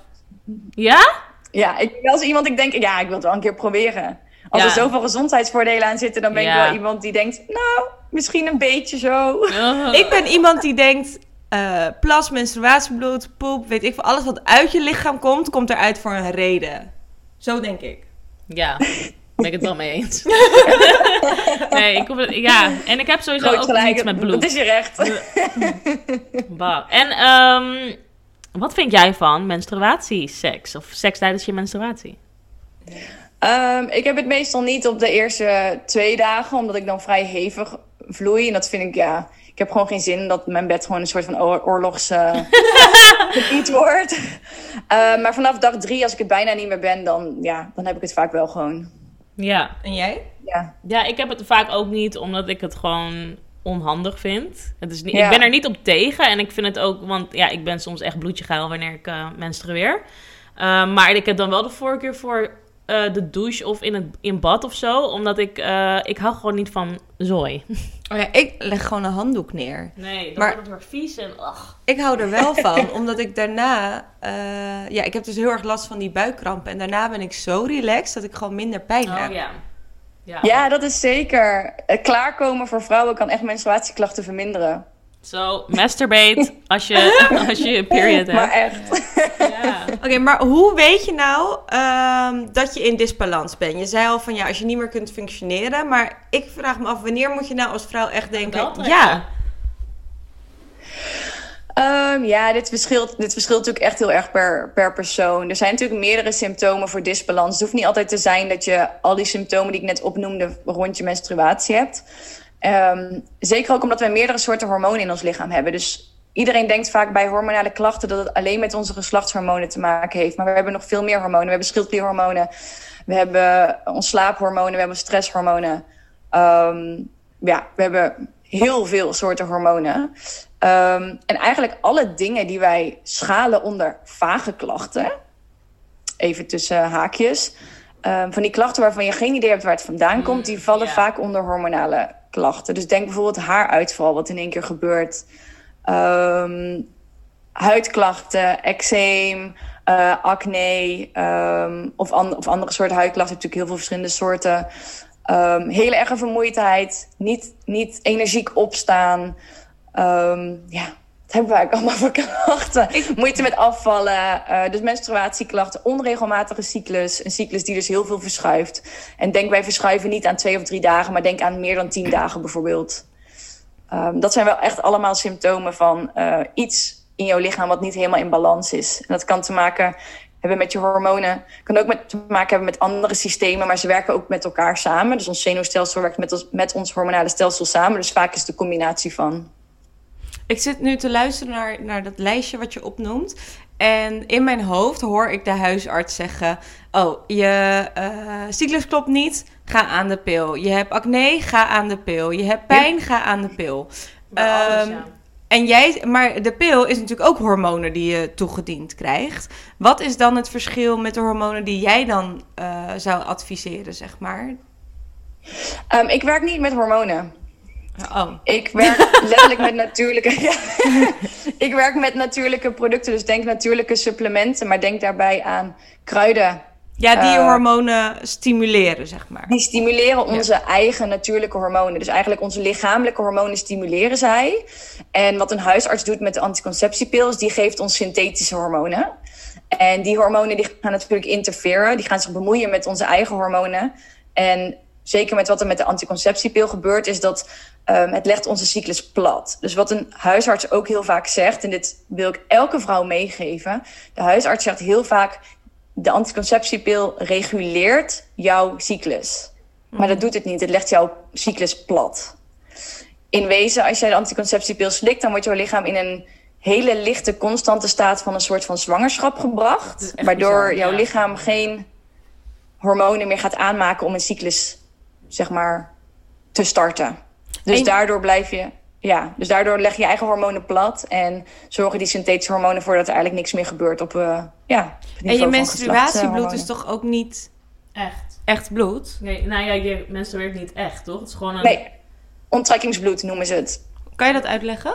Ja? Ja, ik ben wel zo iemand, ik denk, ja, ik wil het wel een keer proberen. Als ja. er zoveel gezondheidsvoordelen aan zitten, dan ben ja. ik wel iemand die denkt, nou, misschien een beetje zo. Oh. Ik ben iemand die denkt, uh, plas, menstruatiebloed, poep, weet ik veel, alles wat uit je lichaam komt, komt eruit voor een reden. Zo denk ik. Ja, ben ik het wel mee eens. Nee, ik hoef het, ja, en ik heb sowieso Groot ook gelijk, niets met bloed. Dat is je recht. Bah. En um, wat vind jij van menstruatieseks? Of seks tijdens je menstruatie? Um, ik heb het meestal niet op de eerste twee dagen, omdat ik dan vrij hevig vloei. En dat vind ik, ja... Ik heb gewoon geen zin dat mijn bed gewoon een soort van oor- oorlogsgebied uh, wordt. Uh, maar vanaf dag drie, als ik het bijna niet meer ben, dan, ja, dan heb ik het vaak wel gewoon. Ja. En jij? Ja, Ja, ik heb het vaak ook niet, omdat ik het gewoon onhandig vind. Het is niet, Ja. Ik ben er niet op tegen. En ik vind het ook, want ja, ik ben soms echt bloedje geil wanneer ik uh, menstrueer. Uh, maar ik heb dan wel de voorkeur voor uh, de douche of in, het, in bad of zo. Omdat ik, uh, ik hou gewoon niet van zooi. Oh ja, ik leg gewoon een handdoek neer. Nee, dan Maar- wordt het weer vies en ach. Ik hou er wel van, omdat ik daarna... uh, ja, ik heb dus heel erg last van die buikkrampen. En daarna ben ik zo relaxed dat ik gewoon minder pijn heb. Oh ja. Ja. ja dat is zeker. Uh, klaarkomen voor vrouwen kan echt menstruatieklachten verminderen. Zo, masturbate als je, als je je period Maar hebt. echt. Ja. Oké, okay, maar hoe weet je nou um, dat je in disbalans bent? Je zei al van ja, als je niet meer kunt functioneren. Maar ik vraag me af, wanneer moet je nou als vrouw echt denken... Wel trekken. Ja, Um, ja, dit verschilt, dit verschilt natuurlijk echt heel erg per, per persoon. Er zijn natuurlijk meerdere symptomen voor disbalans. Het hoeft niet altijd te zijn dat je al die symptomen die ik net opnoemde rond je menstruatie hebt. Um, zeker ook omdat wij meerdere soorten hormonen in ons lichaam hebben. Dus iedereen denkt vaak bij hormonale klachten dat het alleen met onze geslachtshormonen te maken heeft. Maar we hebben nog veel meer hormonen. We hebben schildklierhormonen, we hebben ons slaaphormonen, we hebben stresshormonen. Um, ja, we hebben heel veel soorten hormonen. Um, en eigenlijk alle dingen die wij schalen onder vage klachten, even tussen haakjes, um, van die klachten waarvan je geen idee hebt waar het vandaan komt, die vallen ja. vaak onder hormonale klachten. Dus denk bijvoorbeeld haaruitval, wat in één keer gebeurt. Um, huidklachten, eczeem, uh, acne um, of, an- of andere soorten huidklachten. Je hebt natuurlijk heel veel verschillende soorten. Um, hele erge vermoeidheid, niet, niet energiek opstaan. Um, ja, wat hebben we eigenlijk allemaal voor klachten? Moeite met afvallen, uh, dus menstruatieklachten, onregelmatige cyclus. Een cyclus die dus heel veel verschuift. En denk bij verschuiven niet aan twee of drie dagen, maar denk aan meer dan tien dagen bijvoorbeeld. Um, dat zijn wel echt allemaal symptomen van uh, iets in jouw lichaam wat niet helemaal in balans is. En dat kan te maken hebben met je hormonen. Kan ook met, te maken hebben met andere systemen, maar ze werken ook met elkaar samen. Dus ons zenuwstelsel werkt met ons, met ons hormonale stelsel samen. Dus vaak is het de combinatie van. ik zit nu te luisteren naar, naar dat lijstje wat je opnoemt. En in mijn hoofd hoor ik de huisarts zeggen... oh, je uh, cyclus klopt niet, ga aan de pil. Je hebt acne, ga aan de pil. Je hebt pijn, ga aan de pil. Bij alles, Um, ja. En jij, maar de pil is natuurlijk ook hormonen die je toegediend krijgt. Wat is dan het verschil met de hormonen die jij dan uh, zou adviseren, zeg maar? Um, ik werk niet met hormonen. Oh. Ik werk letterlijk met natuurlijke... Ja. Ik werk met natuurlijke producten, dus denk natuurlijke supplementen. Maar denk daarbij aan kruiden. Ja, die je Uh, hormonen stimuleren, zeg maar. Die stimuleren onze ja. eigen natuurlijke hormonen. Dus eigenlijk onze lichamelijke hormonen stimuleren zij. En wat een huisarts doet met de anticonceptiepil is die geeft ons synthetische hormonen. En die hormonen die gaan natuurlijk interfereren. Die gaan zich bemoeien met onze eigen hormonen. En zeker met wat er met de anticonceptiepil gebeurt, is dat um, het legt onze cyclus plat. Dus wat een huisarts ook heel vaak zegt, en dit wil ik elke vrouw meegeven. De huisarts zegt heel vaak, de anticonceptiepil reguleert jouw cyclus. Maar dat doet het niet. Het legt jouw cyclus plat. In wezen, als jij de anticonceptiepil slikt, dan wordt jouw lichaam in een hele lichte, constante staat van een soort van zwangerschap gebracht. Waardoor bizar, jouw ja. lichaam geen hormonen meer gaat aanmaken om een cyclus, zeg maar, te starten. Dus en... daardoor blijf je... Ja, dus daardoor leg je je eigen hormonen plat en zorgen die synthetische hormonen voor dat er eigenlijk niks meer gebeurt op uh, ja, het en je menstruatiebloed is toch ook niet echt, echt bloed? Nee, nou ja, je menstrueert niet echt, toch? Het is gewoon een... Nee, onttrekkingsbloed noemen ze het. Kan je dat uitleggen?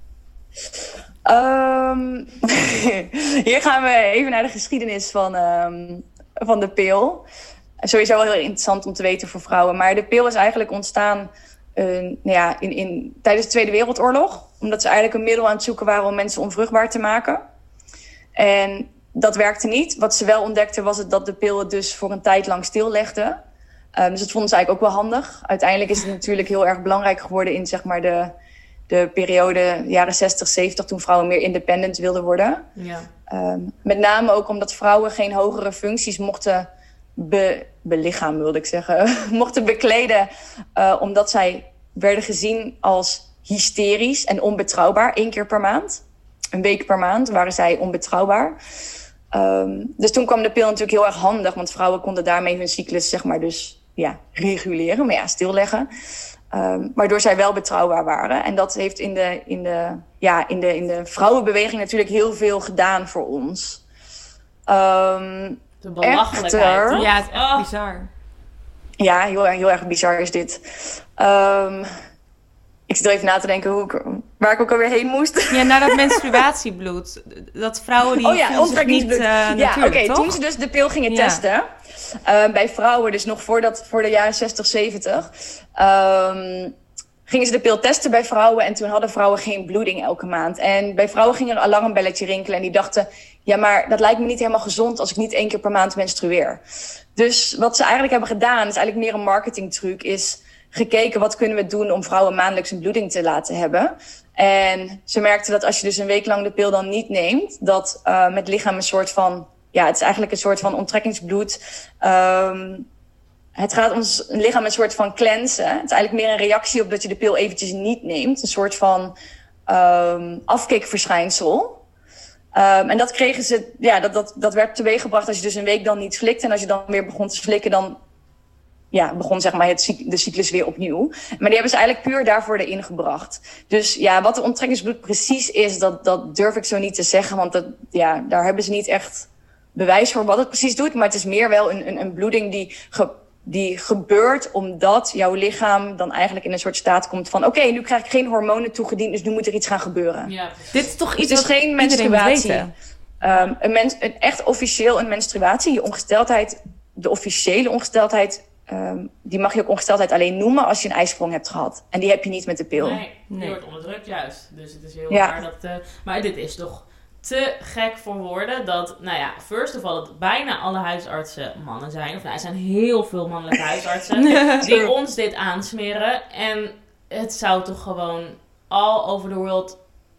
Um, hier gaan we even naar de geschiedenis van, um, van de pil. Sowieso wel heel interessant om te weten voor vrouwen. Maar de pil is eigenlijk ontstaan uh, nou ja, in, in, tijdens de Tweede Wereldoorlog. Omdat ze eigenlijk een middel aan het zoeken waren om mensen onvruchtbaar te maken. En dat werkte niet. Wat ze wel ontdekten was het dat de pil het dus voor een tijd lang stillegde. Um, dus dat vonden ze eigenlijk ook wel handig. Uiteindelijk is het natuurlijk heel erg belangrijk geworden in zeg maar de, de periode jaren zestig, zeventig... toen vrouwen meer independent wilden worden. Ja. Um, met name ook omdat vrouwen geen hogere functies mochten be, belichamen, wilde ik zeggen. mochten bekleden, uh, omdat zij werden gezien als hysterisch en onbetrouwbaar. Eén keer per maand. Een week per maand waren zij onbetrouwbaar. Um, dus toen kwam de pil natuurlijk heel erg handig. Want vrouwen konden daarmee hun cyclus zeg maar dus ja, reguleren. Maar ja, stilleggen. Um, waardoor zij wel betrouwbaar waren. En dat heeft in de, in de, ja, in de, in de vrouwenbeweging natuurlijk heel veel gedaan voor ons. Um, de belachelijkheid. Echter, Ja, het is echt Oh. bizar. Ja, heel, heel erg bizar is dit. Um, ik zit er even na te denken hoe ik, waar ik ook alweer heen moest. Ja, naar dat menstruatiebloed. Dat vrouwen die Oh ja, voelen zich niet uh, ja, natuurlijk, oké. Okay, toch? Toen ze dus de pil gingen Ja. testen, uh, bij vrouwen, dus nog voor, dat, voor de jaren zestig, zeventig, um, gingen ze de pil testen bij vrouwen en toen hadden vrouwen geen bloeding elke maand. En bij vrouwen ging er een alarmbelletje rinkelen en die dachten, ja, maar dat lijkt me niet helemaal gezond als ik niet één keer per maand menstrueer. Dus wat ze eigenlijk hebben gedaan, is eigenlijk meer een marketingtruc, is gekeken wat kunnen we doen om vrouwen maandelijks een bloeding te laten hebben. En ze merkten dat als je dus een week lang de pil dan niet neemt, dat uh, met lichaam een soort van, ja, het is eigenlijk een soort van onttrekkingsbloed. Um, het gaat ons lichaam een soort van cleansen. Het is eigenlijk meer een reactie op dat je de pil eventjes niet neemt. Een soort van um, afkikverschijnsel. Um, en dat kregen ze, ja, dat, dat, dat werd teweeggebracht als je dus een week dan niet slikt. En als je dan weer begon te slikken, dan ja, begon zeg maar het, de cyclus weer opnieuw. Maar die hebben ze eigenlijk puur daarvoor erin gebracht. Dus ja, wat de onttrekkingsbloed precies is, dat, dat durf ik zo niet te zeggen. Want dat, ja, daar hebben ze niet echt bewijs voor wat het precies doet. Maar het is meer wel een, een, een bloeding die, ge, die gebeurt omdat jouw lichaam dan eigenlijk in een soort staat komt van oké, okay, nu krijg ik geen hormonen toegediend, dus nu moet er iets gaan gebeuren. Ja, Dit is toch Het iets is wat geen iedereen moet menstruatie. weten? Um, een, mens, een echt officieel een menstruatie, je ongesteldheid, de officiële ongesteldheid, um, die mag je ook ongesteldheid alleen noemen als je een ijsprong hebt gehad. En die heb je niet met de pil. nee, die Nee. wordt onderdrukt juist. Dus het is heel Ja. raar dat... Uh, maar dit is toch te gek voor woorden dat, nou ja, first of all, dat bijna alle huisartsen mannen zijn. Of nou, er zijn heel veel mannelijke huisartsen die ons dit aansmeren. En het zou toch gewoon all over the world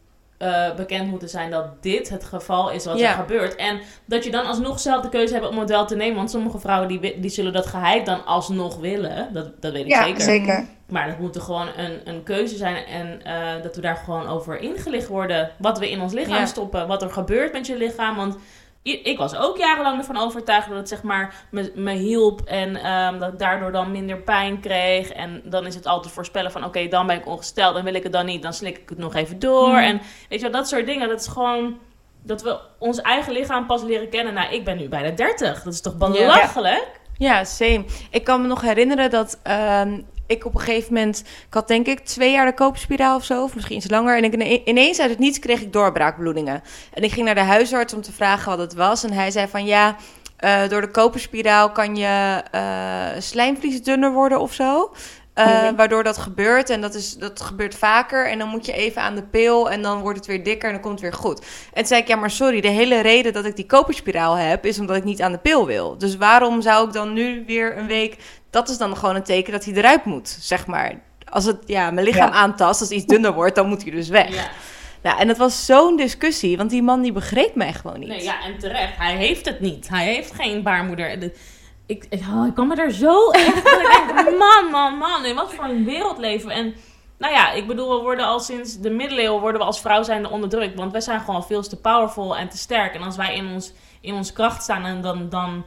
uh, bekend moeten zijn dat dit het geval is wat Ja. er gebeurt. En dat je dan alsnog zelf de keuze hebt om het wel te nemen. Want sommige vrouwen die, die zullen dat geheid dan alsnog willen. Dat, dat weet ik Ja, zeker. zeker. Maar dat moet toch gewoon een, een keuze zijn. En uh, dat we daar gewoon over ingelicht worden. Wat we in ons lichaam Ja. stoppen. Wat er gebeurt met je lichaam. Want i- ik was ook jarenlang ervan overtuigd dat het zeg maar me, me hielp. En um, dat ik daardoor dan minder pijn kreeg. En dan is het altijd voorspellen van oké, okay, dan ben ik ongesteld. En wil ik het dan niet, dan slik ik het nog even door. Mm. En weet je wel, dat soort dingen. Dat is gewoon dat we ons eigen lichaam pas leren kennen. Nou, ik ben nu bijna dertig. Dat is toch belachelijk? Ja, same. Ik kan me nog herinneren dat um, ik op een gegeven moment... Ik had denk ik twee jaar de koperspiraal of zo, of misschien iets langer. En ik, ineens uit het niets kreeg ik doorbraakbloedingen. En ik ging naar de huisarts om te vragen wat het was. En hij zei van ja, uh, door de koperspiraal kan je uh, slijmvlies dunner worden of zo. Uh, mm-hmm. Waardoor dat gebeurt. En dat, is, dat gebeurt vaker. En dan moet je even aan de pil. En dan wordt het weer dikker. En dan komt het weer goed. En toen zei ik, ja maar sorry. De hele reden dat ik die koperspiraal heb... is omdat ik niet aan de pil wil. Dus waarom zou ik dan nu weer een week... Dat is dan gewoon een teken dat hij eruit moet, zeg maar. Als het ja, mijn lichaam ja. aantast, als het iets dunner wordt... dan moet hij dus weg. Ja. Nou, en dat was zo'n discussie. Want die man die begreep mij gewoon niet. Nee, ja, en terecht. Hij heeft het niet. Hij heeft geen baarmoeder... Ik, ik, oh, ik kwam me daar zo echt... ik denk, man, man, man. In wat voor een wereld leven. En nou ja, ik bedoel, we worden al sinds de middeleeuwen... worden we als vrouw zijnde onderdrukt. Want wij zijn gewoon veel te powerful en te sterk. En als wij in ons, in ons kracht staan... En dan, dan,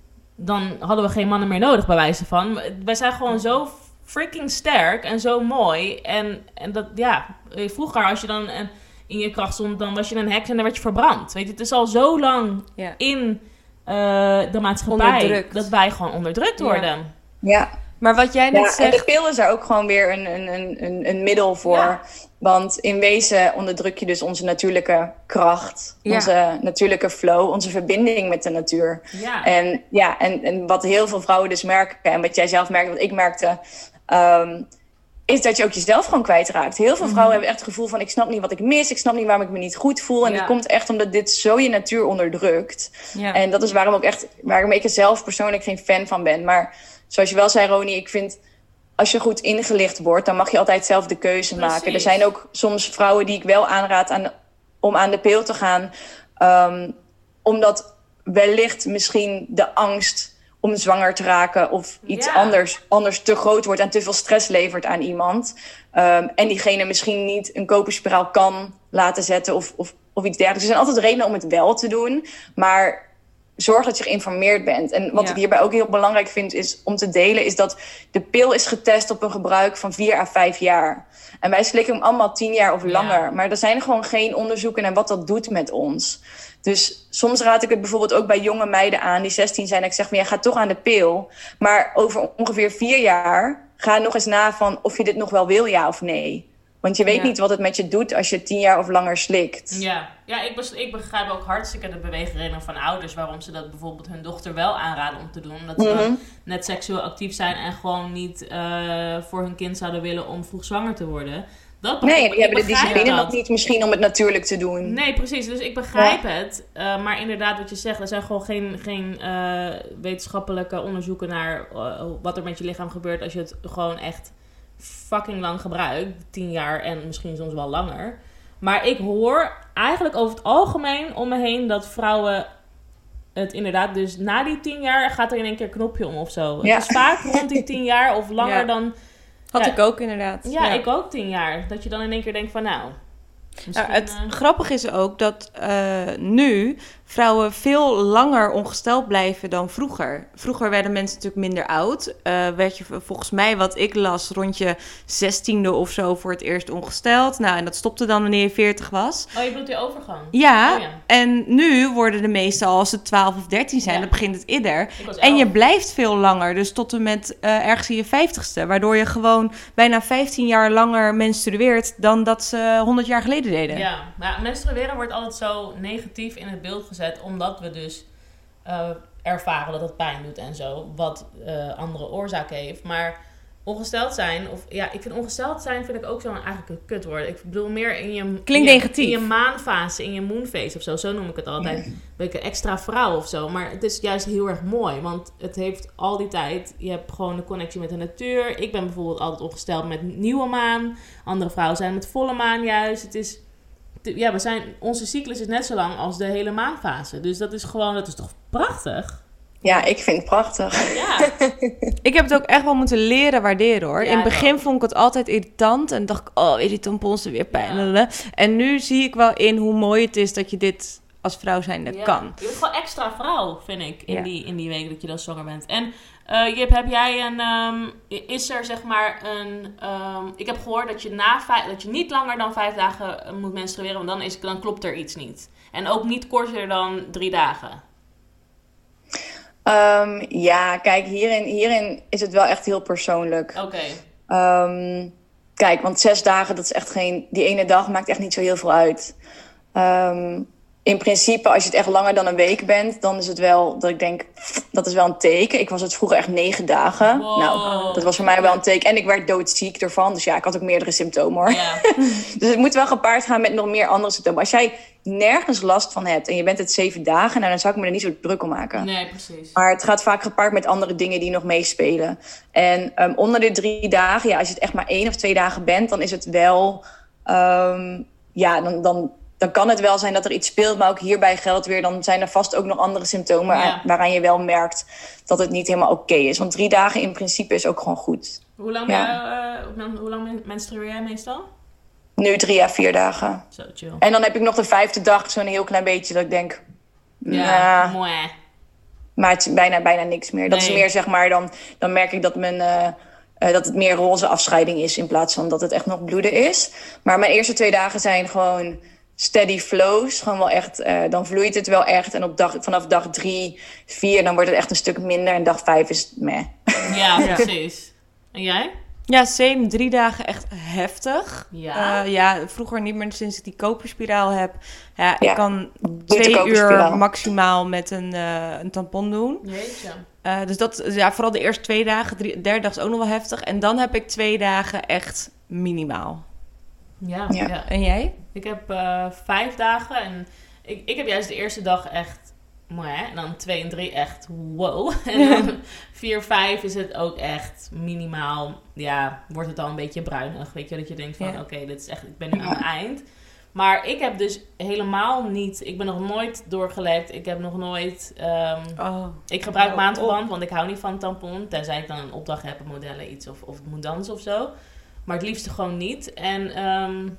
dan hadden we geen mannen meer nodig, bij wijze van. Wij zijn gewoon zo freaking sterk en zo mooi. En, en dat, ja... Vroeger, als je dan in je kracht stond... dan was je een heks en dan werd je verbrand. Weet je, het is al zo lang ja. in... Uh, de maatschappij, onderdrukt. Dat wij gewoon onderdrukt worden. Ja, ja. Maar wat jij net ja, zegt... En de pil is daar ook gewoon weer een, een, een, een middel voor. Ja. Want in wezen onderdruk je dus onze natuurlijke kracht. Ja. Onze natuurlijke flow. Onze verbinding met de natuur. Ja. En, ja, en, en wat heel veel vrouwen dus merken... en wat jij zelf merkt, wat ik merkte... Um, is dat je ook jezelf gewoon kwijtraakt. Heel veel vrouwen mm-hmm. hebben echt het gevoel van... ik snap niet wat ik mis, ik snap niet waarom ik me niet goed voel. En ja. dat komt echt omdat dit zo je natuur onderdrukt. Ja. En dat is waarom ook echt... waarom ik er zelf persoonlijk geen fan van ben. Maar zoals je wel zei, Roni, ik vind... als je goed ingelicht wordt, dan mag je altijd zelf de keuze Precies. maken. Er zijn ook soms vrouwen die ik wel aanraad aan, om aan de pil te gaan. Um, omdat wellicht misschien de angst om zwanger te raken of iets ja. anders, anders te groot wordt en te veel stress levert aan iemand. Um, en diegene misschien niet een koperspiraal kan laten zetten of, of, of iets dergelijks. Er zijn altijd redenen om het wel te doen, maar zorg dat je geïnformeerd bent. En wat ja. ik hierbij ook heel belangrijk vind is om te delen, is dat de pil is getest op een gebruik van vier à vijf jaar. En wij slikken hem allemaal tien jaar of langer. Ja. Maar er zijn gewoon geen onderzoeken naar wat dat doet met ons. Dus soms raad ik het bijvoorbeeld ook bij jonge meiden aan die zestien zijn. En ik zeg, maar jij gaat toch aan de pil. Maar over ongeveer vier jaar ga nog eens na van of je dit nog wel wil, ja of nee. Want je weet ja. niet wat het met je doet als je tien jaar of langer slikt. Ja, ja ik, bes- ik begrijp ook hartstikke de beweegredenen van ouders... waarom ze dat bijvoorbeeld hun dochter wel aanraden om te doen. Omdat ze mm-hmm. net seksueel actief zijn en gewoon niet uh, voor hun kind zouden willen om vroeg zwanger te worden. Dat nee, die hebben de discipline nog niet misschien om het natuurlijk te doen. Nee, precies. Dus ik begrijp ja. het. Uh, maar inderdaad, wat je zegt, er zijn gewoon geen, geen uh, wetenschappelijke onderzoeken naar uh, wat er met je lichaam gebeurt als je het gewoon echt fucking lang gebruikt. Tien jaar en misschien soms wel langer. Maar ik hoor eigenlijk over het algemeen om me heen dat vrouwen het inderdaad, dus na die tien jaar gaat er in één keer een knopje om of zo. Ja. Het is vaak rond die tien jaar of langer ja. dan... Had ja, ik ook inderdaad. Ja, ja, ik ook tien jaar. Dat je dan in één keer denkt van nou... nou het uh... grappige is ook dat uh, nu vrouwen veel langer ongesteld blijven dan vroeger. Vroeger werden mensen natuurlijk minder oud. Uh, werd je volgens mij, wat ik las, rond je zestiende of zo voor het eerst ongesteld. Nou, en dat stopte dan wanneer je veertig was. Oh, je bedoelt die overgang? Ja, oh, ja. En nu worden de meeste al als ze twaalf of dertien zijn, ja. dan begint het idder. En je blijft veel langer, dus tot en met uh, ergens in je vijftigste. Waardoor je gewoon bijna vijftien jaar langer menstrueert dan dat ze honderd jaar geleden deden. Ja, maar menstrueren wordt altijd zo negatief in het beeld gezet, omdat we dus uh, ervaren dat het pijn doet en zo, wat uh, andere oorzaken heeft. Maar ongesteld zijn, of ja, ik vind ongesteld zijn vind ik ook zo'n eigenlijk een kutwoord. Ik bedoel meer in je, Klinkt in je, negatief. in je maanfase, in je moonphase of zo, zo noem ik het altijd. Mm. Ben ik een extra vrouw of zo, maar het is juist heel erg mooi, want het heeft al die tijd, je hebt gewoon de connectie met de natuur. Ik ben bijvoorbeeld altijd ongesteld met nieuwe maan, andere vrouwen zijn met volle maan juist. Het is Ja, we zijn, onze cyclus is net zo lang als de hele maanfase. Dus dat is gewoon, dat is toch prachtig? Ja, ik vind het prachtig. Ja. Ik heb het ook echt wel moeten leren waarderen, hoor. Ja, in het begin vond ik het altijd irritant. En dacht ik, oh, weer die tampons weer pijn. Ja. En nu zie ik wel in hoe mooi het is dat je dit als vrouw zijnde ja. kan. Je bent gewoon extra vrouw, vind ik, in, ja. die, in die weken dat je dan zwanger bent. En uh, Jip, heb jij een... Um, is er zeg maar een... Um, ik heb gehoord dat je, na vijf, dat je niet langer dan vijf dagen moet menstrueren, want dan, is, dan klopt er iets niet. En ook niet korter dan drie dagen. Um, ja, kijk, hierin, hierin is het wel echt heel persoonlijk. Oké. Okay. Um, kijk, want zes dagen, dat is echt geen... Die ene dag maakt echt niet zo heel veel uit. Um, in principe, als je het echt langer dan een week bent, dan is het wel dat ik denk, dat is wel een teken. Ik was het vroeger echt negen dagen. Wow. Nou, dat was voor mij wel een teken. En ik werd doodziek ervan. Dus ja, ik had ook meerdere symptomen, hoor. Ja. Dus het moet wel gepaard gaan met nog meer andere symptomen. Als jij nergens last van hebt en je bent het zeven dagen, nou, dan zou ik me er niet zo druk om maken. Nee, precies. Maar het gaat vaak gepaard met andere dingen die nog meespelen. En um, onder de drie dagen, ja, als je het echt maar één of twee dagen bent, dan is het wel, um, ja, dan... dan dan kan het wel zijn dat er iets speelt. Maar ook hierbij geldt weer, dan zijn er vast ook nog andere symptomen ja. waaraan je wel merkt dat het niet helemaal oké is. Want drie dagen in principe is ook gewoon goed. Hoe lang, ja. uh, hoe lang menstrueer jij meestal? Nu drie à vier dagen. Zo chill. En dan heb ik nog de vijfde dag zo'n heel klein beetje dat ik denk, ja, nah, mooi. maar het is bijna, bijna niks meer. Dat nee. is meer, zeg maar, dan, dan merk ik dat mijn... Uh, Uh, dat het meer roze afscheiding is in plaats van dat het echt nog bloeden is. Maar mijn eerste twee dagen zijn gewoon steady flows. Gewoon wel echt, uh, dan vloeit het wel echt. En op dag, vanaf dag drie, vier, dan wordt het echt een stuk minder. En dag vijf is het meh. Ja, precies. En jij? Ja, same. Drie dagen echt heftig. Ja. Uh, ja, vroeger niet meer sinds ik die koperspiraal heb. Ja, Ja, ik kan de twee koperspiraal. uur maximaal met een, uh, een tampon doen. Jeetje. Uh, dus dat, ja, vooral de eerste twee dagen. Drie, derde dag is ook nog wel heftig. En dan heb ik twee dagen echt minimaal. Ja, Ja. ja. En jij? Ik heb uh, vijf dagen en ik, ik heb juist de eerste dag echt... Maar en dan twee en drie echt wow. En dan vier, vijf is het ook echt minimaal. Ja, wordt het al een beetje bruinig. Weet je, dat je denkt van Ja. oké, okay, dit is echt, ik ben nu aan het eind. Maar ik heb dus helemaal niet, ik ben nog nooit doorgelekt. Ik heb nog nooit, um, Oh. ik gebruik Oh, maandverband, want ik hou niet van tampon. Tenzij ik dan een opdracht heb, modellen iets of, of moet dansen of zo. Maar het liefste gewoon niet. En um,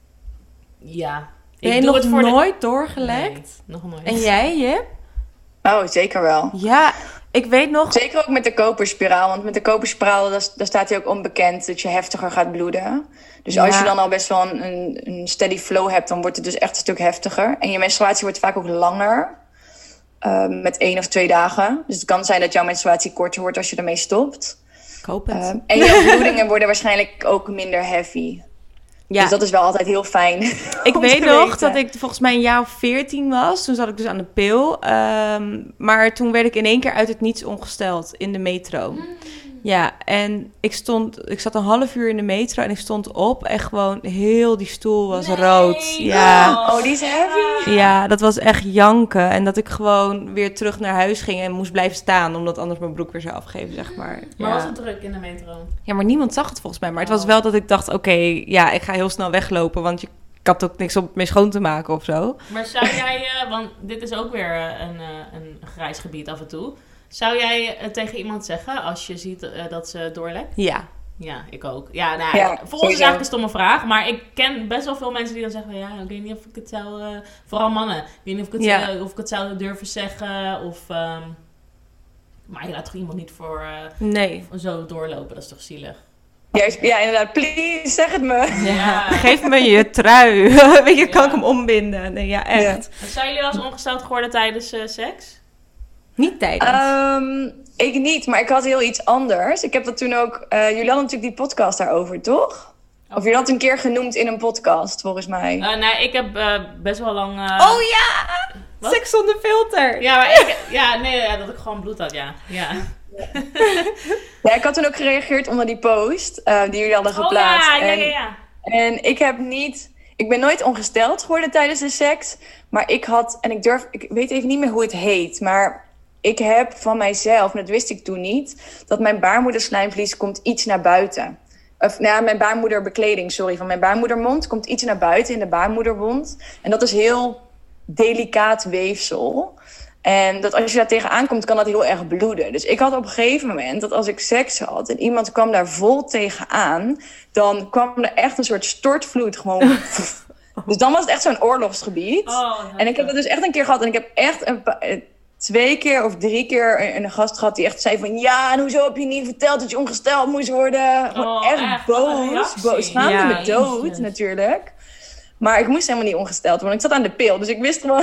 ja, Ben ik je doe nog het voor nooit de... doorgelekt? Nee, nog nooit. En jij, Jip? Oh, zeker wel. Ja, ik weet nog... Zeker ook met de koperspiraal. Want met de koperspiraal, daar, daar staat hij ook onbekend dat je heftiger gaat bloeden. Dus Ja. als je dan al best wel een, een, een steady flow hebt, dan wordt het dus echt een stuk heftiger. En je menstruatie wordt vaak ook langer. Uh, met één of twee dagen. Dus het kan zijn dat jouw menstruatie korter wordt als je ermee stopt. Ik hoop het. Uh, en je bloedingen worden waarschijnlijk ook minder heavy. Ja. Dus dat is wel altijd heel fijn. Ik om weet te nog weten. dat ik volgens mij een jaar of veertien was. Toen zat ik dus aan de pil. Um, maar toen werd ik in één keer uit het niets ongesteld in de metro. Mm. Ja, en ik stond, ik zat een half uur in de metro en ik stond op en gewoon heel die stoel was nee. rood. Ja. Oh, die is heavy. Ja, dat was echt janken. En dat ik gewoon weer terug naar huis ging en moest blijven staan, omdat anders mijn broek weer zou afgeven, zeg maar. Maar ja. was het druk in de metro? Ja, maar niemand zag het volgens mij. Maar het was wel dat ik dacht, oké, okay, ja, ik ga heel snel weglopen, want je, ik had ook niks om mee schoon te maken of zo. Maar zou jij, uh, want dit is ook weer uh, een, uh, een grijs gebied af en toe. Zou jij uh, tegen iemand zeggen als je ziet uh, dat ze doorlekt? Ja. Ja, ik ook. Ja, nou, ja, voor ons is het eigenlijk een stomme vraag. Maar ik ken best wel veel mensen die dan zeggen... Ja, ik weet niet of ik het zou... Uh, vooral mannen. Ik weet niet of ik het, ja. uh, of ik het zou durven zeggen. Of... Um, maar je laat toch iemand niet voor... Uh, nee. Zo doorlopen. Dat is toch zielig? Juist, ja, inderdaad. Please, zeg het me. Ja. Geef me je trui. Weet je, kan ja. ik hem ombinden? Nee, ja, echt. Ja. Zijn jullie wel eens ongesteld geworden tijdens uh, seks? Niet tijdens. Um, ik niet, maar ik had heel iets anders. Ik heb dat toen ook... Uh, jullie hadden natuurlijk die podcast daarover, toch? Of jullie hadden het een keer genoemd in een podcast, volgens mij. Uh, nee, ik heb uh, best wel lang... Uh... Oh ja! Wat? Seks zonder filter. Ja, maar ik... Ja, nee, ja, dat ik gewoon bloed had, ja. Ja. Ja, ik had toen ook gereageerd onder die post uh, die jullie hadden geplaatst. Oh ja, ja, en, ja, ja. En ik heb niet... Ik ben nooit ongesteld geworden tijdens de seks. Maar ik had... En ik durf... Ik weet even niet meer hoe het heet, maar... Ik heb van mijzelf, en dat wist ik toen niet... dat mijn baarmoederslijmvlies komt iets naar buiten. Of nou, mijn baarmoederbekleding, sorry. Van mijn baarmoedermond komt iets naar buiten in de baarmoedermond. En dat is heel delicaat weefsel. En dat als je daar tegenaan komt, kan dat heel erg bloeden. Dus ik had op een gegeven moment dat als ik seks had... en iemand kwam daar vol tegenaan... dan kwam er echt een soort stortvloed gewoon... Dus dan was het echt zo'n oorlogsgebied. Oh, en ik heb dat dus echt een keer gehad. En ik heb echt een paar... twee keer of drie keer een, een gast gehad die echt zei van... Ja, en hoezo heb je niet verteld dat je ongesteld moest worden? Oh, echt, echt boos. boos. Schaamde ja, me dood, jezus. natuurlijk. Maar ik moest helemaal niet ongesteld worden. Ik zat aan de pil, dus ik wist gewoon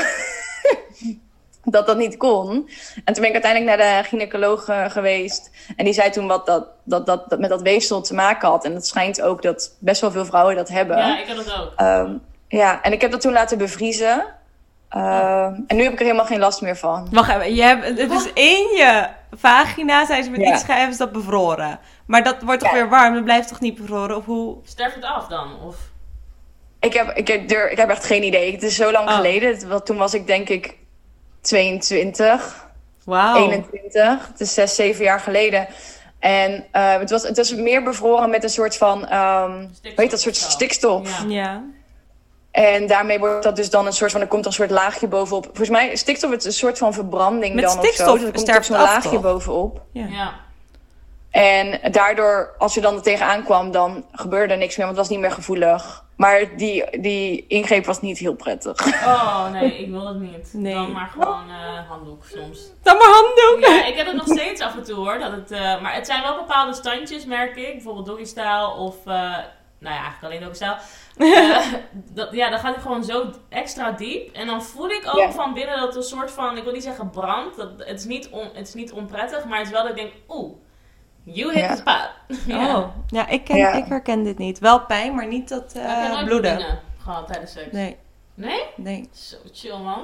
dat dat niet kon. En toen ben ik uiteindelijk naar de gynaecoloog uh, geweest. En die zei toen wat dat, dat, dat, dat met dat weefsel te maken had. En het schijnt ook dat best wel veel vrouwen dat hebben. Ja, ik heb dat ook. Um, ja, en ik heb dat toen laten bevriezen. Uh, en nu heb ik er helemaal geen last meer van. Wacht even, je hebt, het is in je vagina, zijn ze met Ja. iets gaan, hebben ze dat bevroren. Maar dat wordt toch Ja. weer warm, dat blijft toch niet bevroren? Of hoe? Sterft het af dan? Of... Ik heb, ik, heb, dur- ik heb echt geen idee. Het is zo lang Oh. geleden. Het, wat, toen was ik denk ik tweeëntwintig, Wauw. eenentwintig. Het is zes, zeven jaar geleden. En uh, het, was, het was meer bevroren met een soort van... Um, Stikstof weet je, dat soort of zo. stikstof. Ja. Ja. En daarmee wordt dat dus dan een soort van... Er komt er een soort laagje bovenop. Volgens mij, stikstof is een soort van verbranding Met dan stikstof of zo. Dus er komt sterft zo'n het af, laagje toch? bovenop. Ja. Ja. En daardoor, als je dan er tegenaan kwam, dan gebeurde er niks meer. Want het was niet meer gevoelig. Maar die, die ingreep was niet heel prettig. Oh, nee, ik wil dat niet. Nee. Dan maar gewoon uh, handdoek soms. Dan maar handdoek. Ja, ik heb het nog steeds af en toe hoor. Dat het, uh, maar het zijn wel bepaalde standjes, merk ik. Bijvoorbeeld doggy-style of... Uh, nou ja, eigenlijk alleen doggy-style. Uh, dat, ja, dan gaat het gewoon zo extra diep. En dan voel ik ook Ja. van binnen dat het een soort van... Ik wil niet zeggen brand. Dat, het, is niet on, het is niet onprettig, maar het is wel dat ik denk... Oeh, You hit Ja. the spot. Oh, ja, ik, ken, Ja. ik herken dit niet. Wel pijn, maar niet dat uh, Heb je nooit bloeden. bloedingen gehad tijdens seks? Nee, Nee? nee. Zo chill, man.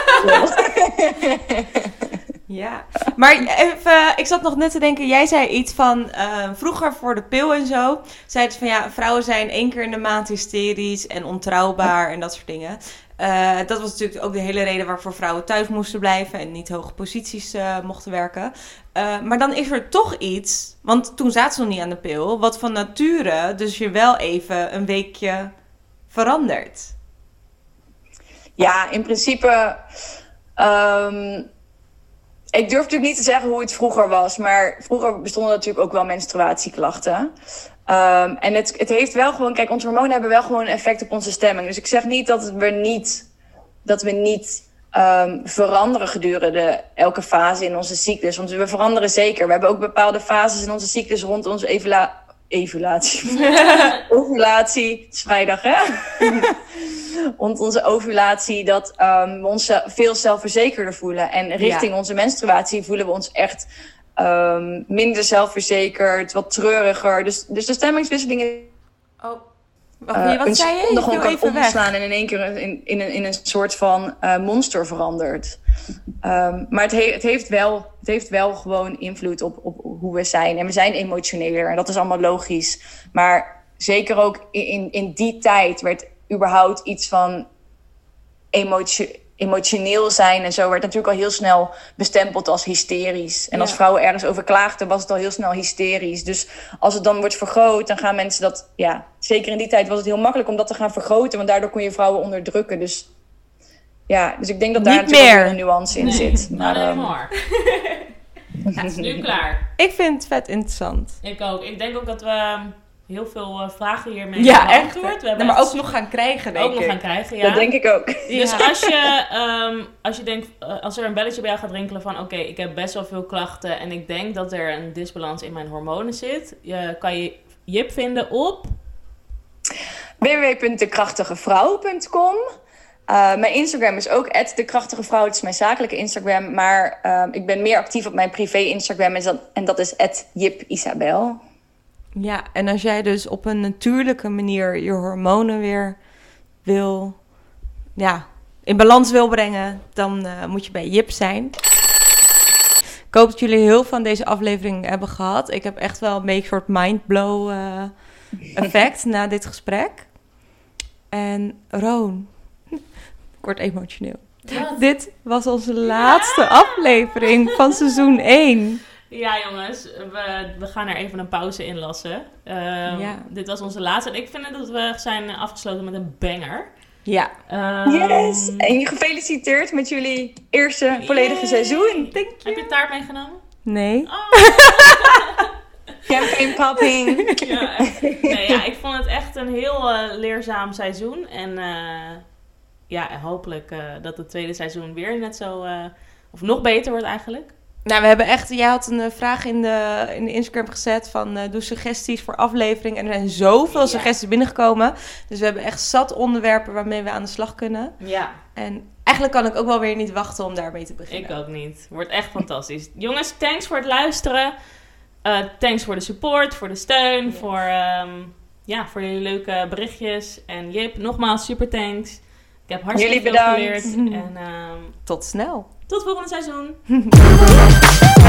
Ja, maar even, ik zat nog net te denken, jij zei iets van uh, vroeger voor de pil en zo. Zei het van ja, vrouwen zijn één keer in de maand hysterisch en ontrouwbaar en dat soort dingen. Uh, dat was natuurlijk ook de hele reden waarvoor vrouwen thuis moesten blijven en niet hoge posities uh, mochten werken. Uh, maar dan is er toch iets, want toen zaten ze nog niet aan de pil, wat van nature dus je wel even een weekje verandert. Ja, in principe... Um, ik durf natuurlijk niet te zeggen hoe het vroeger was. Maar vroeger bestonden natuurlijk ook wel menstruatieklachten. Um, en het, het heeft wel gewoon... Kijk, onze hormonen hebben wel gewoon een effect op onze stemming. Dus ik zeg niet dat we niet, dat we niet um, veranderen gedurende elke fase in onze cyclus. Want we veranderen zeker. We hebben ook bepaalde fases in onze cyclus rond onze evula- Evulatie. Ovulatie. Het is vrijdag, hè? Rond onze ovulatie, dat um, we ons veel zelfverzekerder voelen. En richting ja. onze menstruatie voelen we ons echt um, minder zelfverzekerd, wat treuriger. Dus, dus de stemmingswisselingen... Oh, wacht, uh, wat zei je? Nog gewoon kan even omslaan weg. en in één keer in, in, een, in een soort van uh, monster verandert. Um, maar het, he- het, heeft wel, het heeft wel gewoon invloed op, op hoe we zijn. En we zijn emotioneler en dat is allemaal logisch. Maar zeker ook in, in, in die tijd werd überhaupt iets van emotio- emotioneel zijn en zo werd natuurlijk al heel snel bestempeld als hysterisch. En ja. als vrouwen ergens over klaagden, was het al heel snel hysterisch. Dus als het dan wordt vergroot, dan gaan mensen dat... Ja, zeker in die tijd was het heel makkelijk om dat te gaan vergroten, want daardoor kon je vrouwen onderdrukken. Dus ja, dus ik denk dat daar Niet natuurlijk meer. ook een nuance in nee, zit. Maar, Maar, um... ja, het is nu klaar. Ik vind het vet interessant. Ik ook. Ik denk ook dat we heel veel uh, vragen hiermee ja, beantwoord. Echt. We hebben maar echt ook nog gaan krijgen, denk ook ik. nog gaan krijgen, ja. Dat denk ik ook. Dus ja. als je, um, als je denkt, uh, als er een belletje bij jou gaat rinkelen van... Oké, okay, ik heb best wel veel klachten en ik denk dat er een disbalans in mijn hormonen zit. Je, kan je Jip vinden op... w w w punt de krachtige vrouw punt com. Uh, mijn Instagram is ook at de krachtige vrouw. Het is mijn zakelijke Instagram. Maar uh, ik ben meer actief op mijn privé Instagram. En dat, en dat is at Jip Isabel. Ja, en als jij dus op een natuurlijke manier je hormonen weer wil... Ja, in balans wil brengen, dan uh, moet je bij Jip zijn. Ik hoop dat jullie heel veel van deze aflevering hebben gehad. Ik heb echt wel een beetje een soort mindblow uh, effect na dit gesprek. En Roon... Ik word emotioneel. Wat? Dit was onze laatste ja! aflevering van seizoen één. Ja, jongens. We, we gaan er even een pauze in lassen. Uh, ja. Dit was onze laatste. En ik vind dat we zijn afgesloten met een banger. Ja. Um, yes. En gefeliciteerd met jullie eerste volledige yeah. seizoen. Thank you. Heb je taart meegenomen? Nee. Oh. Champagne popping. Ja, nee, ja, ik vond het echt een heel uh, leerzaam seizoen. En... Uh, Ja, hopelijk uh, dat het tweede seizoen weer net zo... Uh, of nog beter wordt eigenlijk. Nou, we hebben echt... Jij had een uh, vraag in de, in de Instagram gezet van... Uh, doe suggesties voor aflevering. En er zijn zoveel ja. suggesties binnengekomen. Dus we hebben echt zat onderwerpen waarmee we aan de slag kunnen. Ja. En eigenlijk kan ik ook wel weer niet wachten om daarmee te beginnen. Ik ook niet. Wordt echt fantastisch. Jongens, thanks voor het luisteren. Uh, thanks voor de support, voor de steun. Yes. Voor, um, ja, voor jullie leuke berichtjes. En Jip, nogmaals super thanks. Ik heb hartstikke veel geleerd. En, um, tot snel. Tot volgende seizoen.